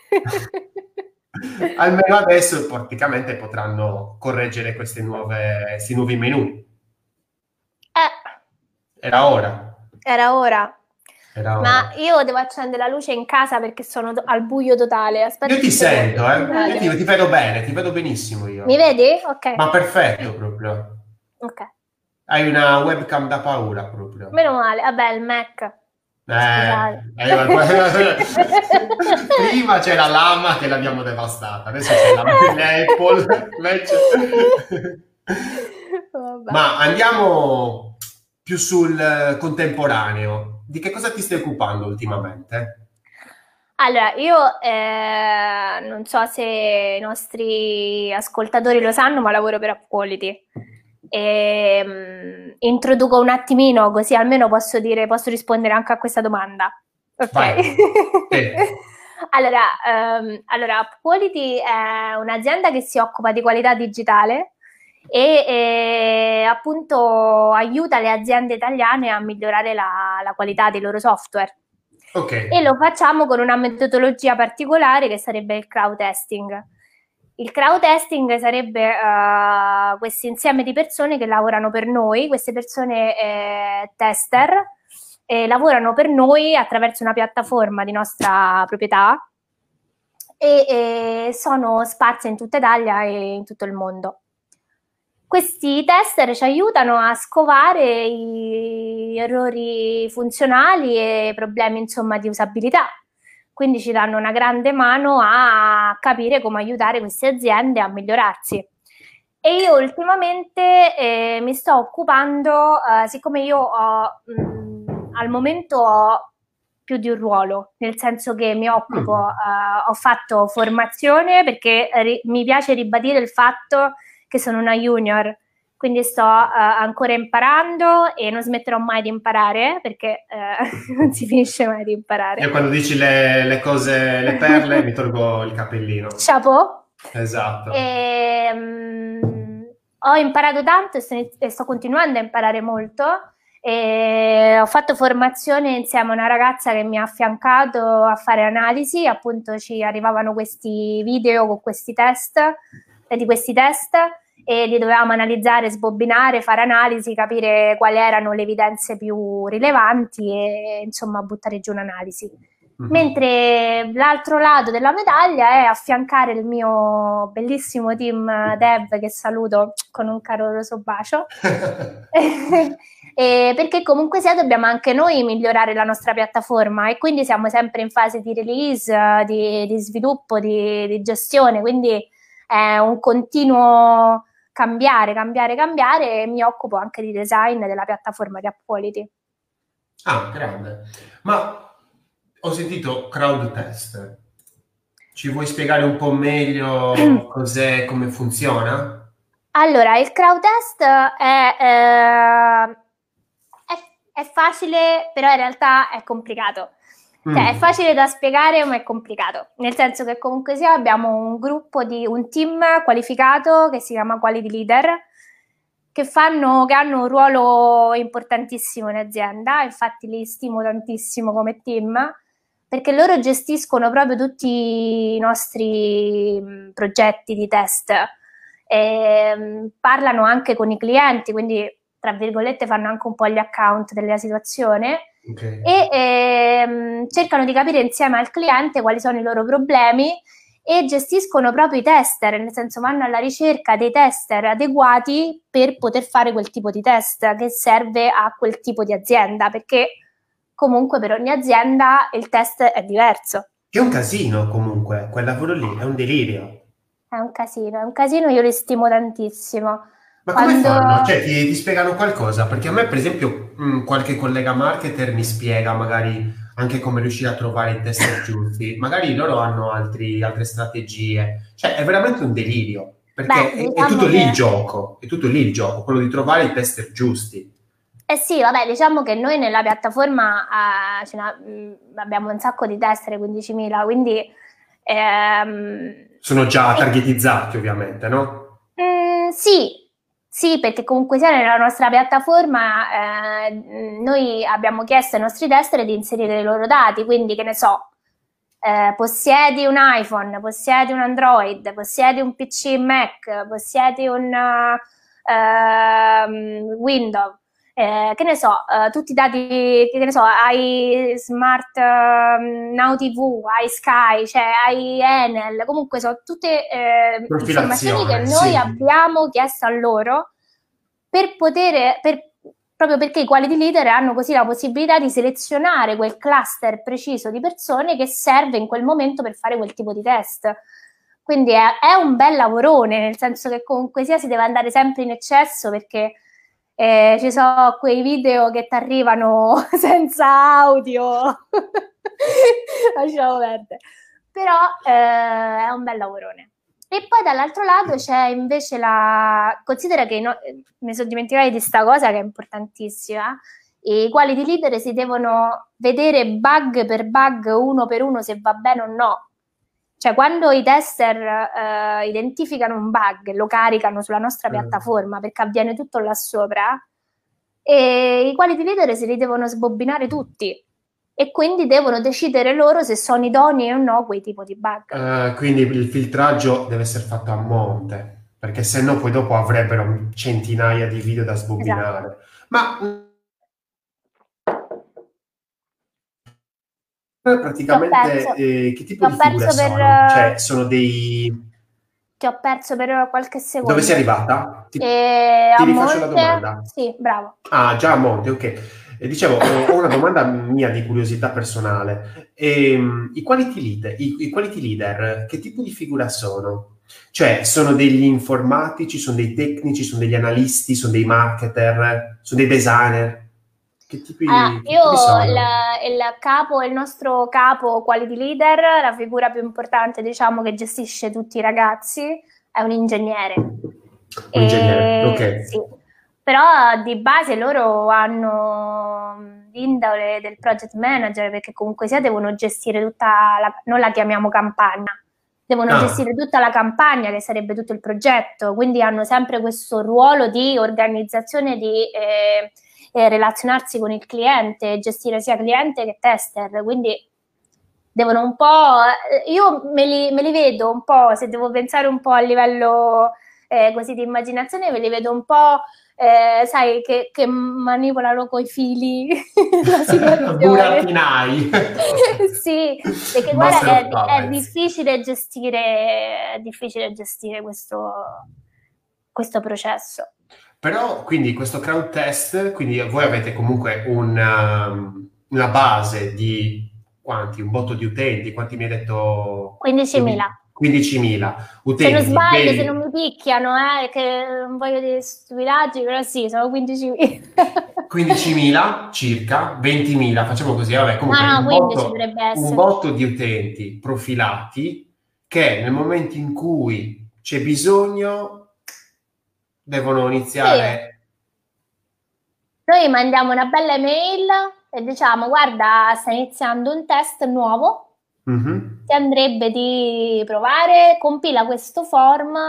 Almeno adesso praticamente potranno correggere questi nuovi menu. Era ora. Era ora. Era Ma ora. io devo accendere la luce in casa perché sono al buio totale. Aspetta Io ti un sento, secondo. io ti vedo bene, ti vedo benissimo io. Mi vedi? Ok. Ma perfetto proprio. Ok. Hai una webcam da paura proprio. Meno male. Vabbè, il Mac. Scusate. Prima c'era l'AMA che l'abbiamo devastata, adesso c'è l'Apple. Vabbè. Ma andiamo più sul contemporaneo. Di che cosa ti stai occupando ultimamente? Allora, io non so se i nostri ascoltatori lo sanno, ma lavoro per Upquality. Introduco un attimino, così almeno posso rispondere anche a questa domanda. Ok. Vai. Allora, Upquality è un'azienda che si occupa di qualità digitale e appunto aiuta le aziende italiane a migliorare la qualità dei loro software. Okay. E lo facciamo con una metodologia particolare che sarebbe il crowd testing. Il crowd testing sarebbe questo insieme di persone che lavorano per noi, queste persone tester, lavorano per noi attraverso una piattaforma di nostra proprietà e sono sparse in tutta Italia e in tutto il mondo. Questi tester ci aiutano a scovare gli errori funzionali e problemi, insomma, di usabilità. Quindi ci danno una grande mano a capire come aiutare queste aziende a migliorarsi. E io ultimamente mi sto occupando, siccome io al momento ho più di un ruolo, nel senso che mi occupo, ho fatto formazione perché mi piace ribadire il fatto che sono una junior, quindi sto ancora imparando e non smetterò mai di imparare perché non si finisce mai di imparare. Io quando dici le cose, le perle, mi tolgo il cappellino. Chapeau. Esatto. Ho imparato tanto e sto continuando a imparare molto. Ho fatto formazione insieme a una ragazza che mi ha affiancato a fare analisi, appunto ci arrivavano questi video con questi test, di questi test e li dovevamo analizzare, sbobinare, fare analisi, capire quali erano le evidenze più rilevanti e insomma buttare giù un'analisi. Mentre l'altro lato della medaglia è affiancare il mio bellissimo team dev che saluto con un caloroso bacio perché comunque sia dobbiamo anche noi migliorare la nostra piattaforma e quindi siamo sempre in fase di release, di sviluppo, di gestione, quindi è un continuo cambiare e mi occupo anche di design della piattaforma di Upquality. Ah, grande. Ma ho sentito crowd test. Ci vuoi spiegare un po' meglio cos'è, come funziona? Allora, il crowd test è facile, però in realtà è complicato. Cioè, è facile da spiegare, ma è complicato. Nel senso che comunque sia abbiamo un gruppo un team qualificato che si chiama Quality Leader, che hanno un ruolo importantissimo in azienda, infatti li stimo tantissimo come team, perché loro gestiscono proprio tutti i nostri progetti di test, parlano anche con i clienti, quindi tra virgolette fanno anche un po' gli account della situazione. Ok. E cercano di capire insieme al cliente quali sono i loro problemi e gestiscono proprio i tester, nel senso vanno alla ricerca dei tester adeguati per poter fare quel tipo di test che serve a quel tipo di azienda, perché comunque per ogni azienda il test è diverso. È un casino comunque, quel lavoro lì è un delirio. È un casino, io li stimo tantissimo. Ma come Quando... fanno? Cioè, ti spiegano qualcosa? Perché a me, per esempio, qualche collega marketer mi spiega magari anche come riuscire a trovare i tester giusti. Magari loro hanno altre strategie. Cioè, è veramente un delirio, perché Beh, è tutto diciamo lì il che... gioco, è tutto lì il gioco, quello di trovare i tester giusti. Eh sì, vabbè, diciamo che noi nella piattaforma abbiamo un sacco di tester, 15.000, quindi Sono già targetizzati, ovviamente, no? sì, sì, perché comunque sia nella nostra piattaforma noi abbiamo chiesto ai nostri tester di inserire i loro dati, quindi che ne so, possiedi un iPhone, possiedi un Android, possiedi un PC Mac, possiedi un Windows, che ne so, tutti i dati, che ne so, hai Smart Now TV, hai Sky, cioè hai Enel, comunque sono tutte informazioni che Profilazione, noi sì. abbiamo chiesto a loro per poter, proprio perché i quality leader hanno così la possibilità di selezionare quel cluster preciso di persone che serve in quel momento per fare quel tipo di test. Quindi è un bel lavorone, nel senso che comunque sia si deve andare sempre in eccesso perché ci sono quei video che ti arrivano senza audio. Lasciamo perdere. Però è un bel lavorone. E poi dall'altro lato c'è invece la... Considera che mi sono dimenticata di sta cosa che è importantissima. I quality leader si devono vedere bug per bug, uno per uno, se va bene o no. Cioè, quando i tester identificano un bug, lo caricano sulla nostra piattaforma perché avviene tutto là sopra, e i quality leader se li devono sbobbinare tutti e quindi devono decidere loro se sono idonei o no quei tipi di bug. Quindi il filtraggio deve essere fatto a monte, perché se no poi dopo avrebbero centinaia di video da Esatto. sbobinare. Ma Ti ho perso, praticamente che ti tipo ho di figure perso per, sono? Cioè, sono dei... ti ho perso per qualche Dove sei secondo. arrivata? E Ti a rifaccio la monte? domanda. Sì, bravo. Ah, già a monte, ok. Dicevo, ho una domanda mia di curiosità personale. I quality leader, che tipo di figura sono? Cioè, sono degli informatici, sono dei tecnici, sono degli analisti, sono dei marketer, sono dei designer? Allora, Che tipi sono? il nostro capo quality leader, la figura più importante, diciamo, che gestisce tutti i ragazzi, è un ingegnere. Un ingegnere, ok. Sì, però di base loro hanno l'indole del project manager perché comunque sia devono gestire tutta la, non la chiamiamo campagna, devono Ah, gestire tutta la campagna che sarebbe tutto il progetto, quindi hanno sempre questo ruolo di organizzazione, di relazionarsi con il cliente, gestire sia cliente che tester, quindi devono un po', io me li vedo un po', se devo pensare un po' a livello così di immaginazione, me li vedo un po', sai, che manipolano coi fili la situazione. burattinai. Sì, perché guarda Master che of Puppets. è difficile gestire questo processo. Però, quindi questo crowd test, quindi voi avete comunque una base di quanti? Un botto di utenti? Quanti mi hai detto? 15.000. 15.000 Se non utenti, sbaglio, se non veri. mi picchiano, che non voglio dire stupidaggini, però sì, sono 15.000. 15.000 circa, 20.000, facciamo così, vabbè, No, comunque no, 15 dovrebbe un essere. botto di utenti profilati che nel momento in cui c'è bisogno devono Sì, iniziare. noi mandiamo una bella email e diciamo, guarda, sta iniziando un test nuovo, Mhm. ti andrebbe di provare, compila questo form,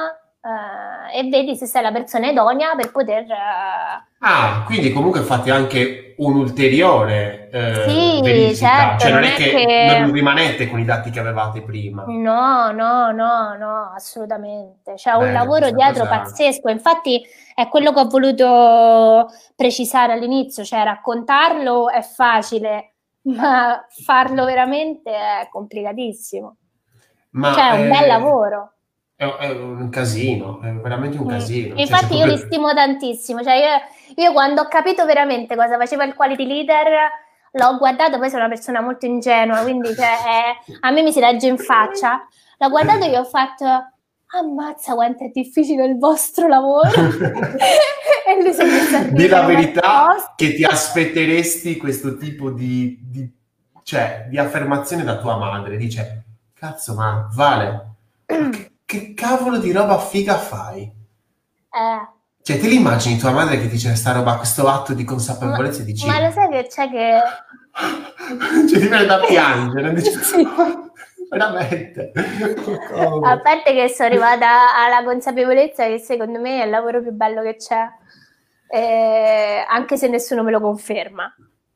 e vedi se sei la persona idonea per poter... Ah, quindi comunque fate anche un'ulteriore Sì, verifica, certo, cioè non non è è che non che... rimanete con i dati che avevate prima. No, no, no, no, assolutamente. C'è un Bene, lavoro questa dietro cosa... pazzesco. Infatti è quello che ho voluto precisare all'inizio, cioè raccontarlo è facile, ma farlo veramente è complicatissimo. Ma Cioè è un bel lavoro. è un casino, è veramente un Mm. casino. Cioè, c'è Infatti io li proprio... stimo tantissimo, cioè io quando ho capito veramente cosa faceva il quality leader, l'ho guardato, poi sono una persona molto ingenua, quindi cioè, a me mi si legge in faccia, l'ho guardato e io ho fatto, ammazza quanto è difficile il vostro lavoro, e lui si è messo a Di la ridere verità nascosto. che ti aspetteresti questo tipo cioè, di affermazione da tua madre. Dice, cazzo, ma Vale, ma che cavolo di roba figa fai? Eh, Cioè, te li immagini tua madre che ti dice sta roba, questo atto di ma, consapevolezza e ma lo dici... sai che c'è che... Cioè, ti viene da piangere, dici, Sì. veramente? A Come? parte che sono arrivata alla consapevolezza che secondo me è il lavoro più bello che c'è, anche se nessuno me lo conferma.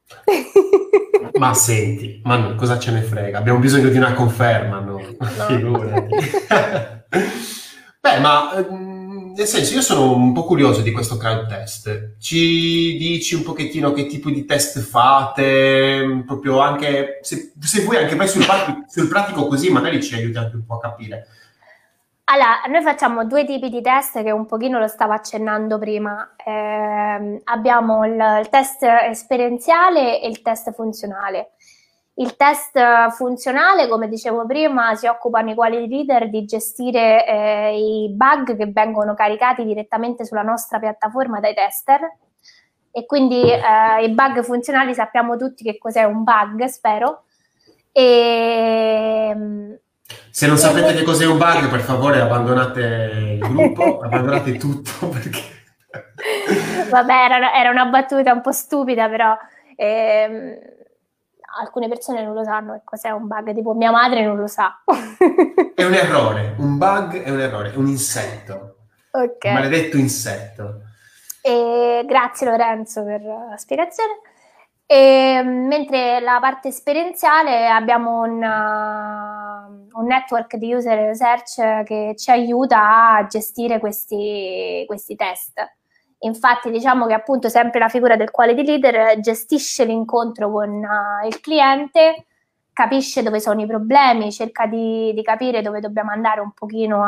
Ma senti, ma no, cosa ce ne frega? Abbiamo bisogno di una conferma, no? No. Figurati. Beh, ma nel senso, io sono un po' curioso di questo crowd test. Ci dici un pochettino che tipo di test fate? Proprio anche, se vuoi anche vai sul pratico così magari ci aiuti anche un po' a capire. Allora, noi facciamo due tipi di test che un pochino lo stavo accennando prima. Abbiamo il test esperienziale e il test funzionale. Il test funzionale, come dicevo prima, si occupano i quality leader di gestire i bug che vengono caricati direttamente sulla nostra piattaforma dai tester. E quindi i bug funzionali sappiamo tutti che cos'è un bug, spero. E, Se non e sapete che cos'è un bug, per favore abbandonate il gruppo, abbandonate tutto perché... Vabbè, era una battuta un po' stupida, però ehm, alcune persone non lo sanno che cos'è un bug, tipo mia madre non lo sa. È un errore, un bug è un errore, è un insetto, Ok. un maledetto insetto. E grazie Lorenzo per la spiegazione. E, mentre la parte esperienziale abbiamo un network di user research che ci aiuta a gestire questi test. Infatti diciamo che appunto sempre la figura del quality leader gestisce l'incontro con il cliente, capisce dove sono i problemi, cerca di capire dove dobbiamo andare un pochino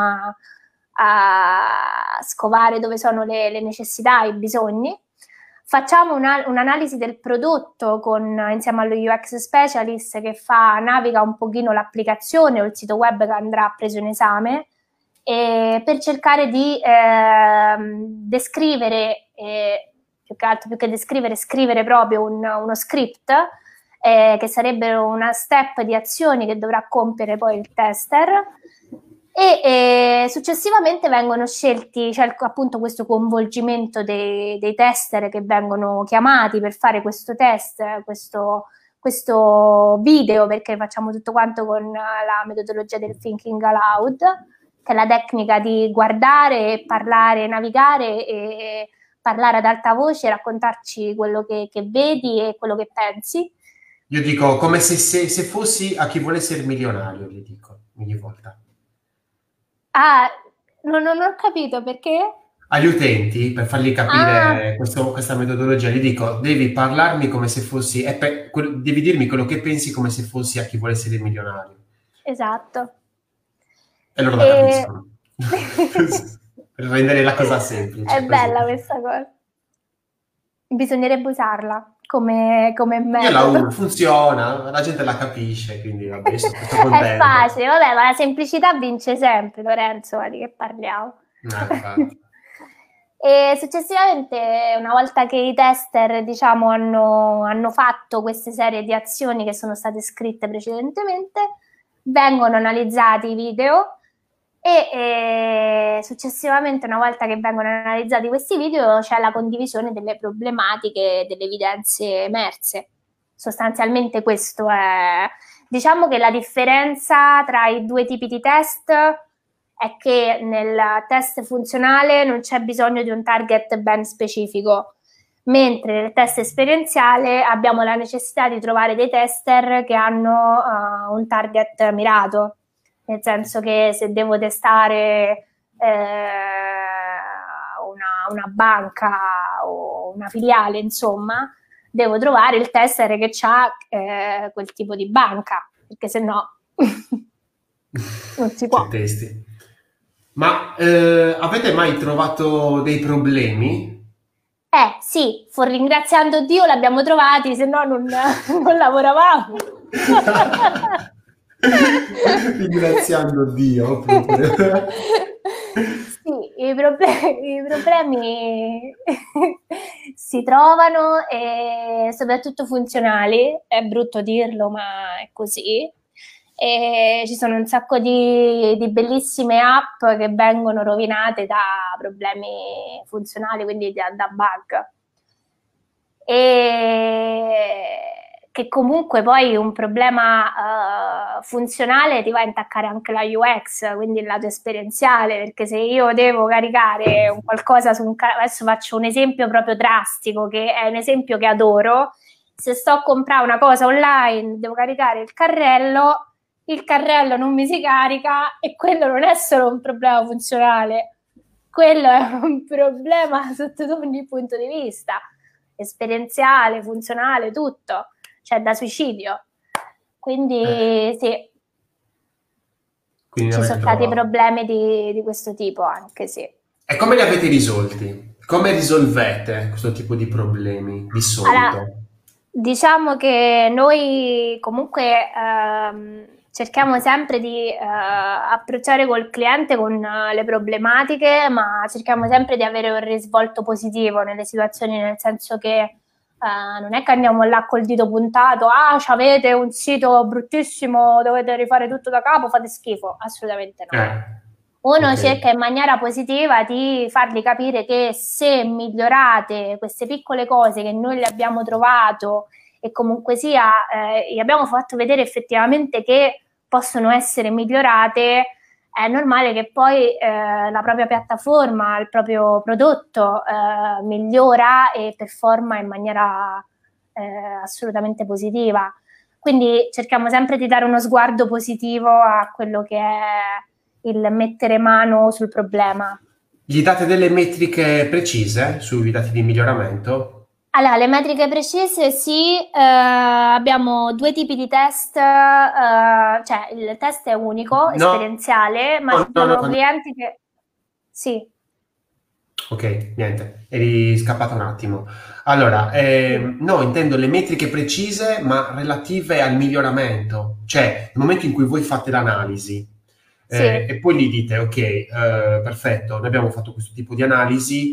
a scovare dove sono le necessità e i bisogni. Facciamo un'analisi del prodotto insieme allo UX specialist che naviga un pochino l'applicazione o il sito web che andrà preso in esame per cercare di descrivere, più che altro, più che descrivere, scrivere proprio uno script che sarebbe una step di azioni che dovrà compiere poi il tester e successivamente vengono scelti, c'è appunto questo coinvolgimento dei tester che vengono chiamati per fare questo test, questo video, perché facciamo tutto quanto con la metodologia del thinking aloud, che è la tecnica di guardare e parlare, navigare e parlare ad alta voce, raccontarci quello che vedi e quello che pensi. Io dico come se fossi a chi vuole essere milionario, gli dico ogni volta. Ah, non ho capito perché? Agli utenti, per fargli Ah, capire questa metodologia, gli dico, devi parlarmi come se fossi, devi dirmi quello che pensi come se fossi a chi vuole essere milionario. esatto. E loro la E... capiscono. Per rendere la cosa È semplice, così. bella questa cosa. Bisognerebbe usarla come Io la uso, metodo. funziona, la gente la capisce, quindi vabbè, io sono tutto È contento. facile, vabbè, ma la semplicità vince sempre, Lorenzo, di che parliamo. Infatti. E successivamente, una volta che i tester, diciamo, hanno fatto queste serie di azioni che sono state scritte precedentemente, vengono analizzati i video e successivamente, una volta che vengono analizzati questi video, c'è la condivisione delle problematiche, delle evidenze emerse. Sostanzialmente questo è... Diciamo che la differenza tra i due tipi di test è che nel test funzionale non c'è bisogno di un target ben specifico, mentre nel test esperienziale abbiamo la necessità di trovare dei tester che hanno un target mirato, nel senso che se devo testare una banca o una filiale, insomma, devo trovare il tester che ha quel tipo di banca, perché se no non si può. Testi. Ma avete mai trovato dei problemi? Sì, ringraziando Dio l'abbiia trovati, se no non lavoravamo. Ringraziando Dio proprio. Sì, i problemi si trovano e soprattutto funzionali, è brutto dirlo ma è così. E ci sono un sacco di bellissime app che vengono rovinate da problemi funzionali, quindi da bug. E che comunque poi un problema funzionale ti va a intaccare anche la UX, quindi il lato esperienziale, perché se io devo caricare un qualcosa su adesso faccio un esempio proprio drastico, che è un esempio che adoro. Se sto a comprare una cosa online, devo caricare il carrello non mi si carica, e quello non è solo un problema funzionale, quello è un problema sotto ogni punto di vista, esperienziale, funzionale, tutto, cioè da suicidio. Quindi sì, Quindi ci sono stati problemi di questo tipo anche, sì. E come li avete risolti? Come risolvete questo tipo di problemi di solito? Allora, diciamo che noi comunque cerchiamo sempre di approcciare col cliente con le problematiche, ma cerchiamo sempre di avere un risvolto positivo nelle situazioni, nel senso che non è che andiamo là col dito puntato, c'avete un sito bruttissimo, dovete rifare tutto da capo, fate schifo, assolutamente no. Uno cerca in maniera positiva di fargli capire che se migliorate queste piccole cose che noi le abbiamo trovato e comunque sia gli abbiamo fatto vedere effettivamente che possono essere migliorate, è normale che poi la propria piattaforma, il proprio prodotto migliora e performa in maniera assolutamente positiva. Quindi cerchiamo sempre di dare uno sguardo positivo a quello che è il mettere mano sul problema. Gli date delle metriche precise sui dati di miglioramento? Allora, le metriche precise sì, abbiamo due tipi di test, cioè il test è unico, esperienziale, ma ci sono clienti che... Sì. Ok, niente, eri scappata un attimo. Allora, no, intendo le metriche precise, ma relative al miglioramento. Cioè, nel momento in cui voi fate l'analisi, e poi gli dite, ok, perfetto, noi abbiamo fatto questo tipo di analisi,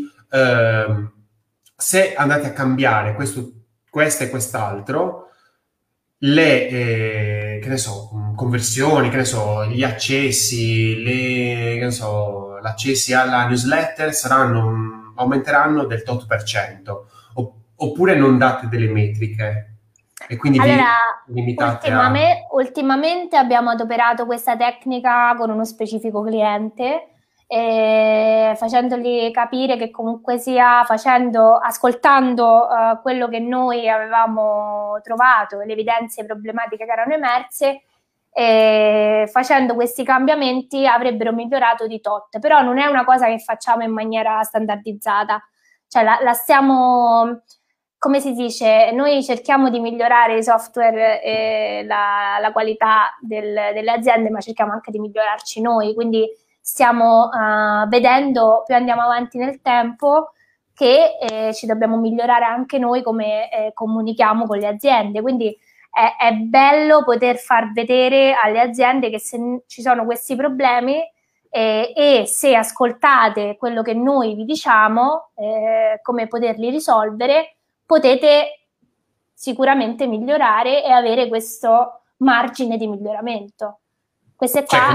se andate a cambiare questo e quest'altro, le, che ne so, conversioni, che ne so, gli accessi, che ne so, l'accessi alla newsletter aumenteranno del tot per cento, oppure non date delle metriche e quindi vi limitate ultimamente abbiamo adoperato questa tecnica con uno specifico cliente, facendogli capire che comunque sia ascoltando quello che noi avevamo trovato e le evidenze problematiche che erano emerse, facendo questi cambiamenti avrebbero migliorato di tot, però non è una cosa che facciamo in maniera standardizzata, cioè la stiamo, come si dice, noi cerchiamo di migliorare i software e la qualità delle aziende, ma cerchiamo anche di migliorarci noi, quindi stiamo vedendo, più andiamo avanti nel tempo, che ci dobbiamo migliorare anche noi come comunichiamo con le aziende, quindi è bello poter far vedere alle aziende che se ci sono questi problemi e se ascoltate quello che noi vi diciamo, come poterli risolvere, potete sicuramente migliorare e avere questo margine di miglioramento. Queste qua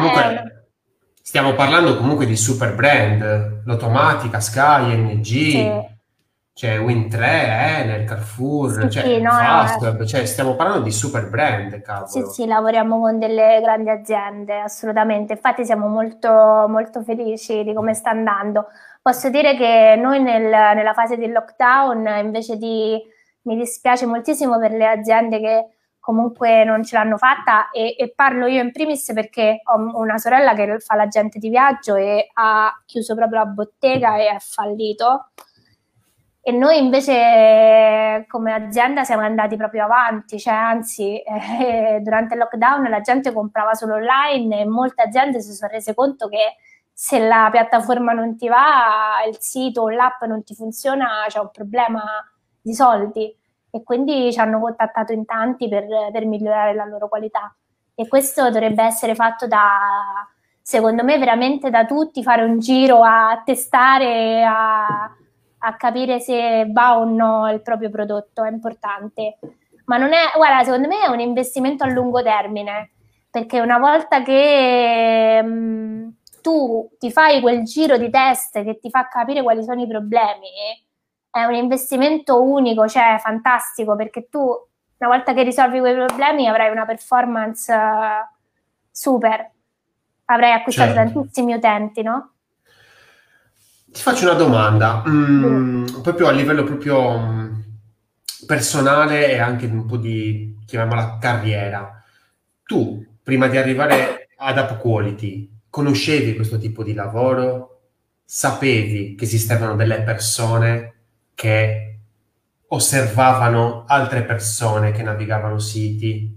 stiamo parlando comunque di super brand, l'Automatica, Sky, NG, C'è Win 3, nel Sì, Carrefour, sì, cioè no, no, Fastweb, cioè stiamo parlando di super brand, sì, cavolo. sì, lavoriamo con delle grandi aziende, assolutamente. Infatti siamo molto, molto felici di come sta andando. Posso dire che noi nella fase di lockdown, invece di... Mi dispiace moltissimo per le aziende che comunque non ce l'hanno fatta e parlo io in primis perché ho una sorella che fa l'agente di viaggio e ha chiuso proprio la bottega e è fallito. E noi invece come azienda siamo andati proprio avanti, cioè anzi durante il lockdown la gente comprava solo online e molte aziende si sono rese conto che se la piattaforma non ti va, il sito o l'app non ti funziona, c'è un problema di soldi e quindi ci hanno contattato in tanti per migliorare la loro qualità. E questo dovrebbe essere fatto secondo me, veramente da tutti, fare un giro a testare, a capire se va o no il proprio prodotto, è importante. Ma non è, guarda, secondo me è un investimento a lungo termine, perché una volta che tu ti fai quel giro di test che ti fa capire quali sono i problemi, è un investimento unico, cioè fantastico, perché tu una volta che risolvi quei problemi avrai una performance super, avrai acquistato Certo. tantissimi utenti, no? Ti faccio una domanda, Quindi, proprio a livello proprio personale e anche un po' di, chiamiamola, carriera. Tu, prima di arrivare ad Up Quality, conoscevi questo tipo di lavoro? Sapevi che esistevano delle persone che osservavano altre persone che navigavano siti?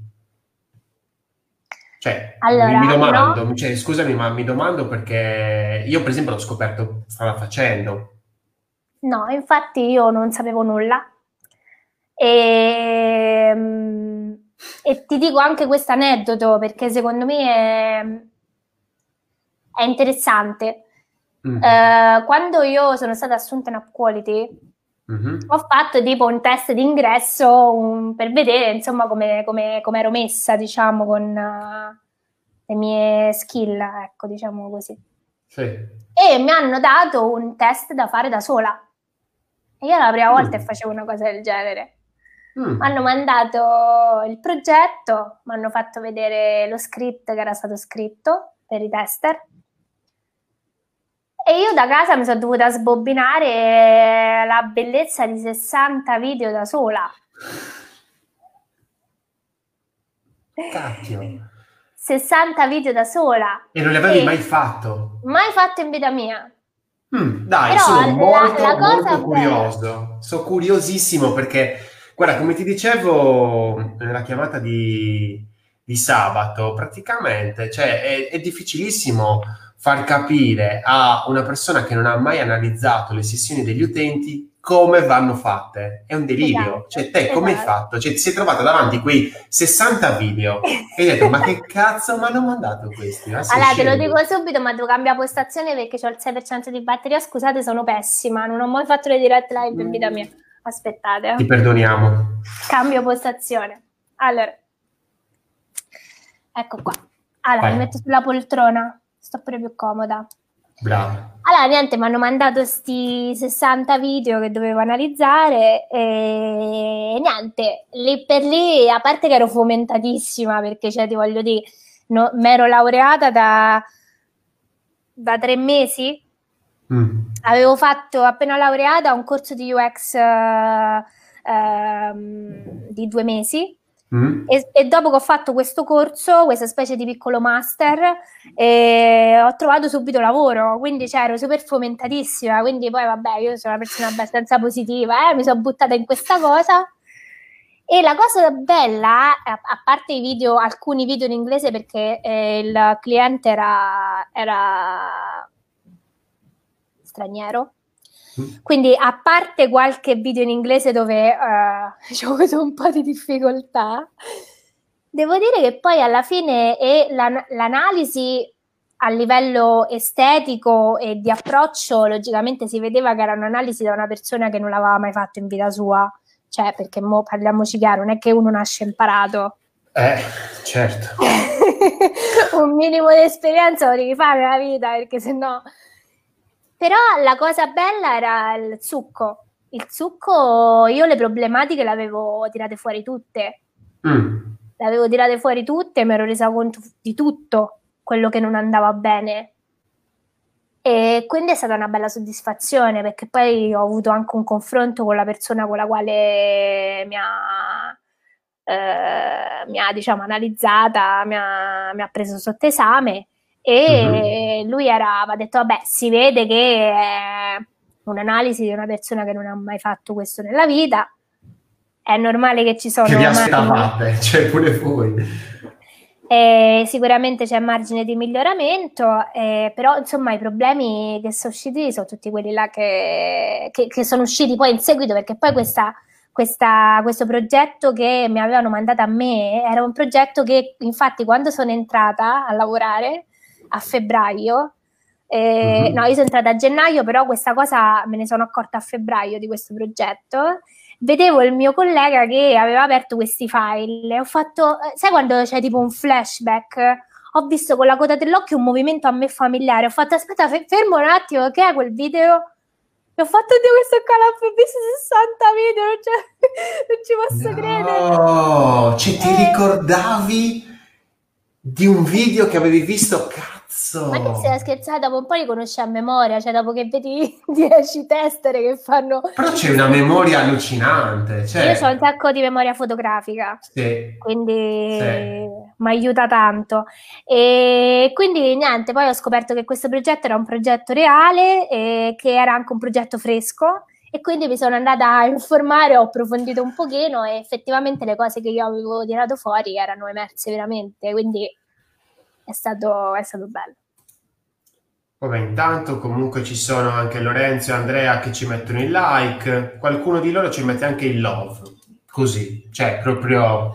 Cioè, mi allora, no, domando, cioè, scusami, ma mi domando perché io, per esempio, l'ho scoperto strada facendo. no, infatti io non sapevo nulla. E, e ti dico anche questo aneddoto perché secondo me è interessante. Mm. Quando io sono stata assunta in Up Quality, ho Mhm. fatto tipo un test d'ingresso per vedere insomma come ero messa, diciamo, con le mie skill, ecco, diciamo così. Sì. E mi hanno dato un test da fare da sola. E io era la prima volta che Mm. facevo una cosa del genere. Mi Mm. hanno mandato il progetto, mi hanno fatto vedere lo script che era stato scritto per i tester. E io da casa mi sono dovuta sbobbinare la bellezza di 60 video da sola. Cacchio. 60 video da sola. E non li avevi mai E fatto? mai fatto in vita mia. Dai, Però sono la molto, cosa molto bella... curioso. Sono curiosissimo perché, guarda, come ti dicevo nella chiamata di sabato, praticamente, cioè, è difficilissimo far capire a una persona che non ha mai analizzato le sessioni degli utenti come vanno fatte. È un delirio. Cioè, Esatto, te come hai esatto. fatto? Cioè, ti sei trovato davanti quei 60 video e hai detto, ma che cazzo mi hanno mandato questi? Ma sei Allora, te lo scemi? dico subito, ma devo cambiare postazione perché ho il 6% di batteria. Scusate, sono pessima. Non ho mai fatto le direct live in vita mia. Aspettate, Ti perdoniamo. cambio postazione. Allora, ecco qua. Allora, Vai, mi metto sulla poltrona. Sto pure più comoda. brava. Allora, niente, mi hanno mandato sti 60 video che dovevo analizzare e niente, lì per lì, a parte che ero fomentatissima perché, cioè, ti voglio dire, mi ero laureata da 3 mesi, Mm. avevo fatto appena laureata un corso di UX di 2 mesi Mm. e dopo che ho fatto questo corso, questa specie di piccolo master, ho trovato subito lavoro, quindi cioè, ero super fomentatissima, quindi poi vabbè, io sono una persona abbastanza positiva, mi sono buttata in questa cosa. E la cosa bella, a parte i video, alcuni video in inglese perché il cliente era straniero, Mm. quindi a parte qualche video in inglese dove ci ho avuto un po' di difficoltà, devo dire che poi alla fine l'analisi a livello estetico e di approccio, logicamente si vedeva che era un'analisi da una persona che non l'aveva mai fatto in vita sua, cioè perché mo parliamoci chiaro, non è che uno nasce imparato. Eh, certo. Un minimo di esperienza lo devi fare nella vita perché sennò... Però la cosa bella era il succo, il succo, io le problematiche le avevo tirate fuori tutte. Mm. Le avevo tirate fuori tutte e mi ero resa conto di tutto quello che non andava bene. E quindi è stata una bella soddisfazione, perché poi ho avuto anche un confronto con la persona con la quale mi ha diciamo, analizzata, mi ha preso sotto esame, Mhm. e lui aveva detto, vabbè, si vede che è un'analisi di una persona che non ha mai fatto questo nella vita, è normale che ci Che vi sono margini. aspettavate, cioè pure voi. Sicuramente c'è margine di miglioramento, però insomma i problemi che sono usciti sono tutti quelli là che sono usciti poi in seguito, perché poi questo progetto che mi avevano mandato a me era un progetto che infatti quando sono entrata a lavorare a febbraio, no, io Mhm. sono entrata a gennaio, però questa cosa me ne sono accorta a febbraio di questo progetto. Vedevo il mio collega che aveva aperto questi file e ho fatto, sai quando c'è tipo un flashback? Ho visto con la coda dell'occhio un movimento a me familiare, ho fatto aspetta, fermo un attimo, che è quel video? E ho fatto di questo qua, l'ho visto 60 video, non ci posso credere. No, cioè ti Eh, ricordavi di un video che avevi visto? ma che sei Cazzo! scherzata? Dopo un po' li conosci a memoria, cioè dopo che vedi 10 testere che fanno Però c'è una questi. memoria allucinante, Io ho un cioè, sacco di memoria fotografica, sì, quindi sì. mi aiuta tanto. E quindi niente, poi ho scoperto che questo progetto era un progetto reale e che era anche un progetto fresco, e quindi mi sono andata a informare, ho approfondito un pochino e effettivamente le cose che io avevo tirato fuori erano emerse veramente, quindi è stato bello. Vabbè, intanto comunque ci sono anche Lorenzo e Andrea che ci mettono il like, qualcuno di loro ci mette anche il love, così, cioè proprio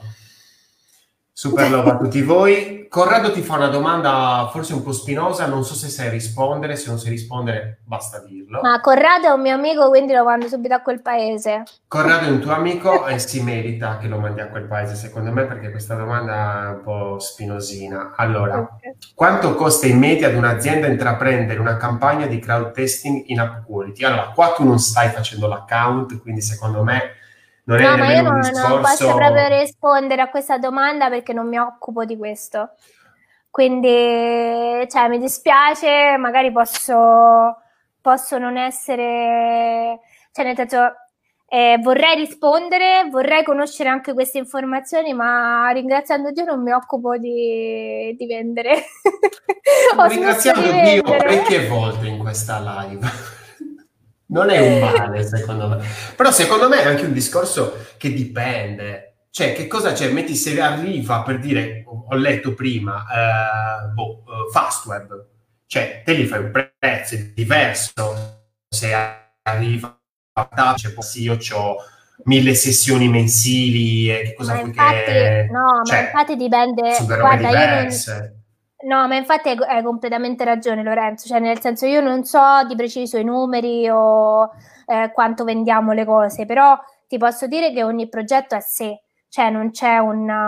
super love a tutti voi. Corrado ti fa una domanda forse un po' spinosa, non so se sai rispondere, se non sai rispondere basta Ma dirlo. Corrado è un mio amico, quindi lo mando subito a quel paese. Corrado è un tuo amico e si merita che lo mandi a quel paese, secondo me, perché questa domanda è un po' spinosina. Allora, Ok. quanto costa in media ad un'azienda intraprendere una campagna di crowd testing in app quality? Allora, qua tu non stai facendo l'account, quindi secondo me non è No, ma io nemmeno un non posso proprio discorso. rispondere a questa domanda perché non mi occupo di questo. Quindi, cioè, mi dispiace, magari posso non essere, cioè, nel senso, vorrei rispondere, vorrei conoscere anche queste informazioni, ma ringraziando Dio non mi occupo di vendere. Stiamo Ho smesso di ringraziando Dio vendere. parecchie volte in questa live. Non è un male, secondo me. Però secondo me è anche un discorso che dipende. Cioè, che cosa c'è? Metti se arriva per dire, ho letto prima, Fastweb. Cioè, te gli fai un prezzo diverso se arriva a cioè, sì, io ho 1000 sessioni mensili e che cosa Ma vuoi infatti, che. no, ma Cioè, infatti dipende. sono due robe Guarda, io non. diverse. No, ma infatti hai completamente ragione, Lorenzo. Cioè, nel senso, io non so di preciso i numeri o quanto vendiamo le cose, però ti posso dire che ogni progetto è a sé. Cioè, non c'è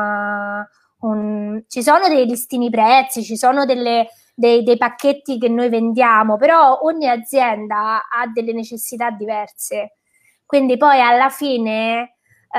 ci sono dei listini prezzi, ci sono dei pacchetti che noi vendiamo, però ogni azienda ha delle necessità diverse. Quindi poi alla fine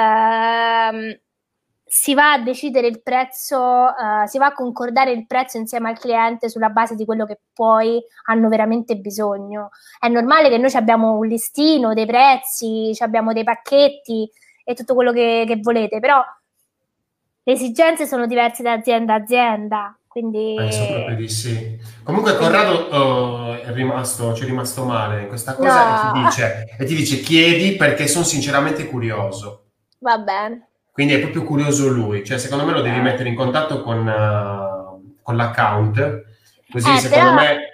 si va a decidere il prezzo, si va a concordare il prezzo insieme al cliente sulla base di quello che poi hanno veramente bisogno. È normale che noi abbiamo un listino, dei prezzi, abbiamo dei pacchetti e tutto quello che volete, però le esigenze sono diverse da azienda a azienda, Penso proprio quindi, di sì. Comunque quindi Corrado ci è rimasto male in questa cosa no, e ti dice chiedi perché sono sinceramente curioso. va bene. Quindi è proprio curioso lui, cioè secondo me lo devi Ok. mettere in contatto con l'account, così secondo Però me.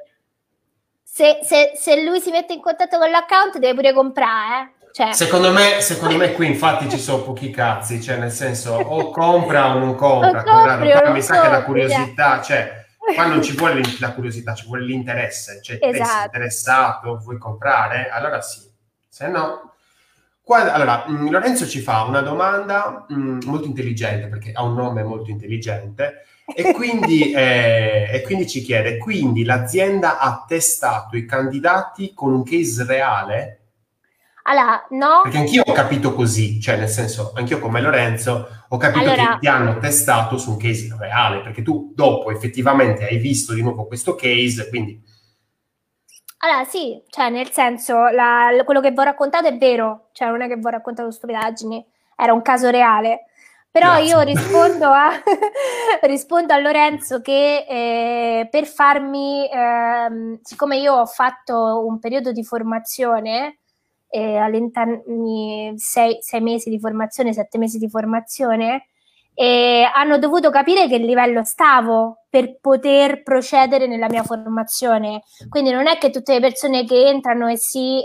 se lui si mette in contatto con l'account deve pure comprare, Cioè. Secondo me qui infatti ci sono pochi cazzi, cioè nel senso o compra o non O compra, Corrado, compri o qua non mi sa che la compri, cioè. curiosità, cioè qua non ci vuole la curiosità, ci vuole l'interesse, cioè te sei Esatto. interessato, vuoi comprare? Allora sì, se no. Qua, allora, Lorenzo ci fa una domanda molto intelligente, perché ha un nome molto intelligente, e quindi ci chiede, quindi l'azienda ha testato i candidati con un case reale? Allora, no. Perché anch'io ho capito così, cioè nel senso, anch'io come Lorenzo ho capito che Allora, ti hanno testato su un case reale, perché tu dopo effettivamente hai visto di nuovo questo case, quindi... allora sì, cioè nel senso, quello che vi ho raccontato è vero, cioè non è che vi ho raccontato stupidaggini, era un caso reale. Però io Grazie. rispondo a Lorenzo che per farmi, siccome io ho fatto un periodo di formazione, all'interno di 6 mesi di formazione, 7 mesi di formazione, e hanno dovuto capire che livello stavo per poter procedere nella mia formazione. Quindi non è che tutte le persone che entrano e si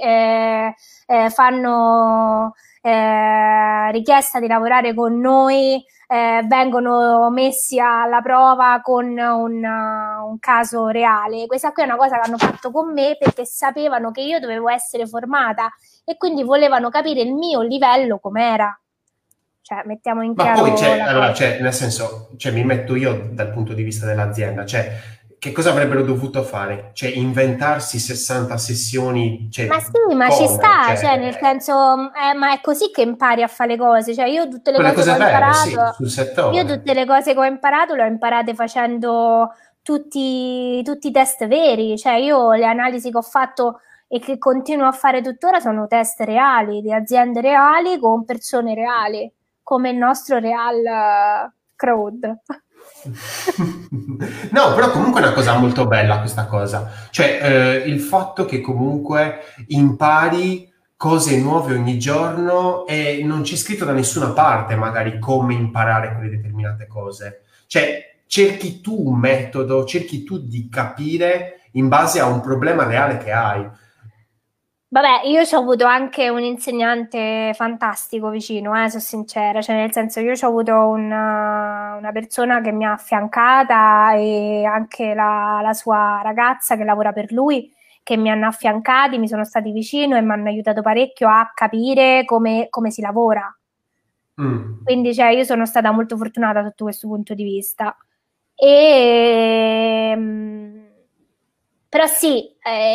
fanno richiesta di lavorare con noi vengono messi alla prova con un caso reale. Questa qui è una cosa che hanno fatto con me perché sapevano che io dovevo essere formata e quindi volevano capire il mio livello com'era. Cioè, mettiamo in Ma chiaro poi c'è, la allora, cosa. cioè, nel senso, cioè, mi metto io dal punto di vista dell'azienda, cioè, che cosa avrebbero dovuto fare? Cioè, inventarsi 60 sessioni, Ma cioè, sì, ma ci come? sta, Cioè, cioè nel senso, ma è così che impari a fare le cose, cioè io tutte le quelle cose che cose ho vere, sì, imparato, sul io settore. tutte le cose che ho imparato le ho imparate facendo tutti i test veri, cioè io le analisi che ho fatto e che continuo a fare tuttora sono test reali, di aziende reali con persone reali, come il nostro Real Crowd. No, però comunque è una cosa molto bella questa cosa, cioè il fatto che comunque impari cose nuove ogni giorno e non c'è scritto da nessuna parte magari come imparare quelle determinate cose, cioè cerchi tu un metodo, cerchi tu di capire in base a un problema reale che hai. Vabbè, io ci ho avuto anche un insegnante fantastico vicino, sono sincera, cioè nel senso io ci ho avuto una persona che mi ha affiancata e anche la sua ragazza che lavora per lui, che mi hanno affiancati, mi sono stati vicino e mi hanno aiutato parecchio a capire come si lavora. Mm. Quindi cioè, io sono stata molto fortunata sotto questo punto di vista. E, però sì,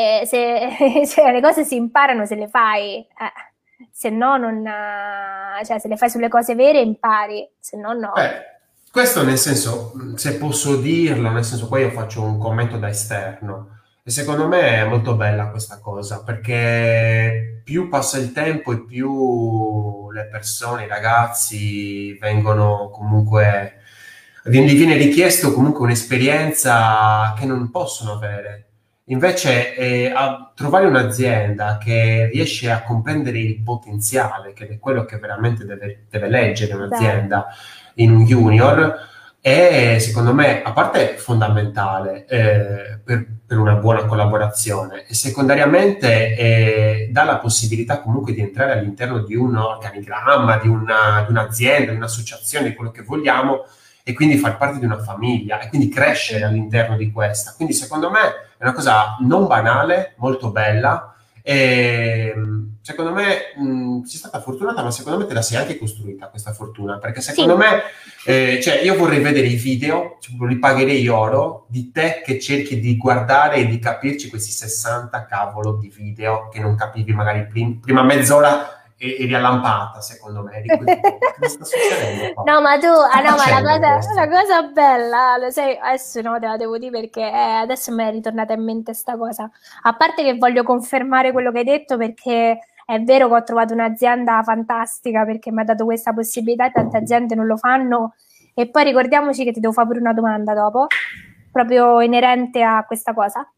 cioè, le cose si imparano se le fai, se no non, cioè se le fai sulle cose vere impari, se no no. Beh, questo nel senso, se posso dirlo, nel senso poi io faccio un commento da esterno e secondo me è molto bella questa cosa perché più passa il tempo e più le persone, i ragazzi vengono comunque, gli viene richiesto comunque un'esperienza che non possono avere. Invece, a trovare un'azienda che riesce a comprendere il potenziale, che è quello che veramente deve leggere Esatto. un'azienda in un junior, è secondo me, a parte fondamentale per una buona collaborazione, e secondariamente dà la possibilità comunque di entrare all'interno di un organigramma, di un'azienda, di un'associazione, di quello che vogliamo, e quindi far parte di una famiglia e quindi Ah, crescere sì. all'interno di questa. Quindi secondo me è una cosa non banale, molto bella e secondo me sei stata fortunata, ma secondo me te la sei anche costruita questa fortuna, perché secondo Sì. me cioè io vorrei vedere i video, cioè, li pagherei oro, di te che cerchi di guardare e di capirci questi 60 cavolo di video che non capivi magari prima mezz'ora e eri allampata, secondo me, di quel tipo, ma cosa sta succedendo qua? No, ma tu, Cosa sta no, ma la facendo cosa, la questo? cosa bella, lo sai, adesso no, te la devo dire perché adesso mi è ritornata in mente sta cosa. A parte che voglio confermare quello che hai detto perché è vero che ho trovato un'azienda fantastica perché mi ha dato questa possibilità e tante aziende non lo fanno. E poi ricordiamoci che ti devo fare pure una domanda dopo, proprio inerente a questa cosa.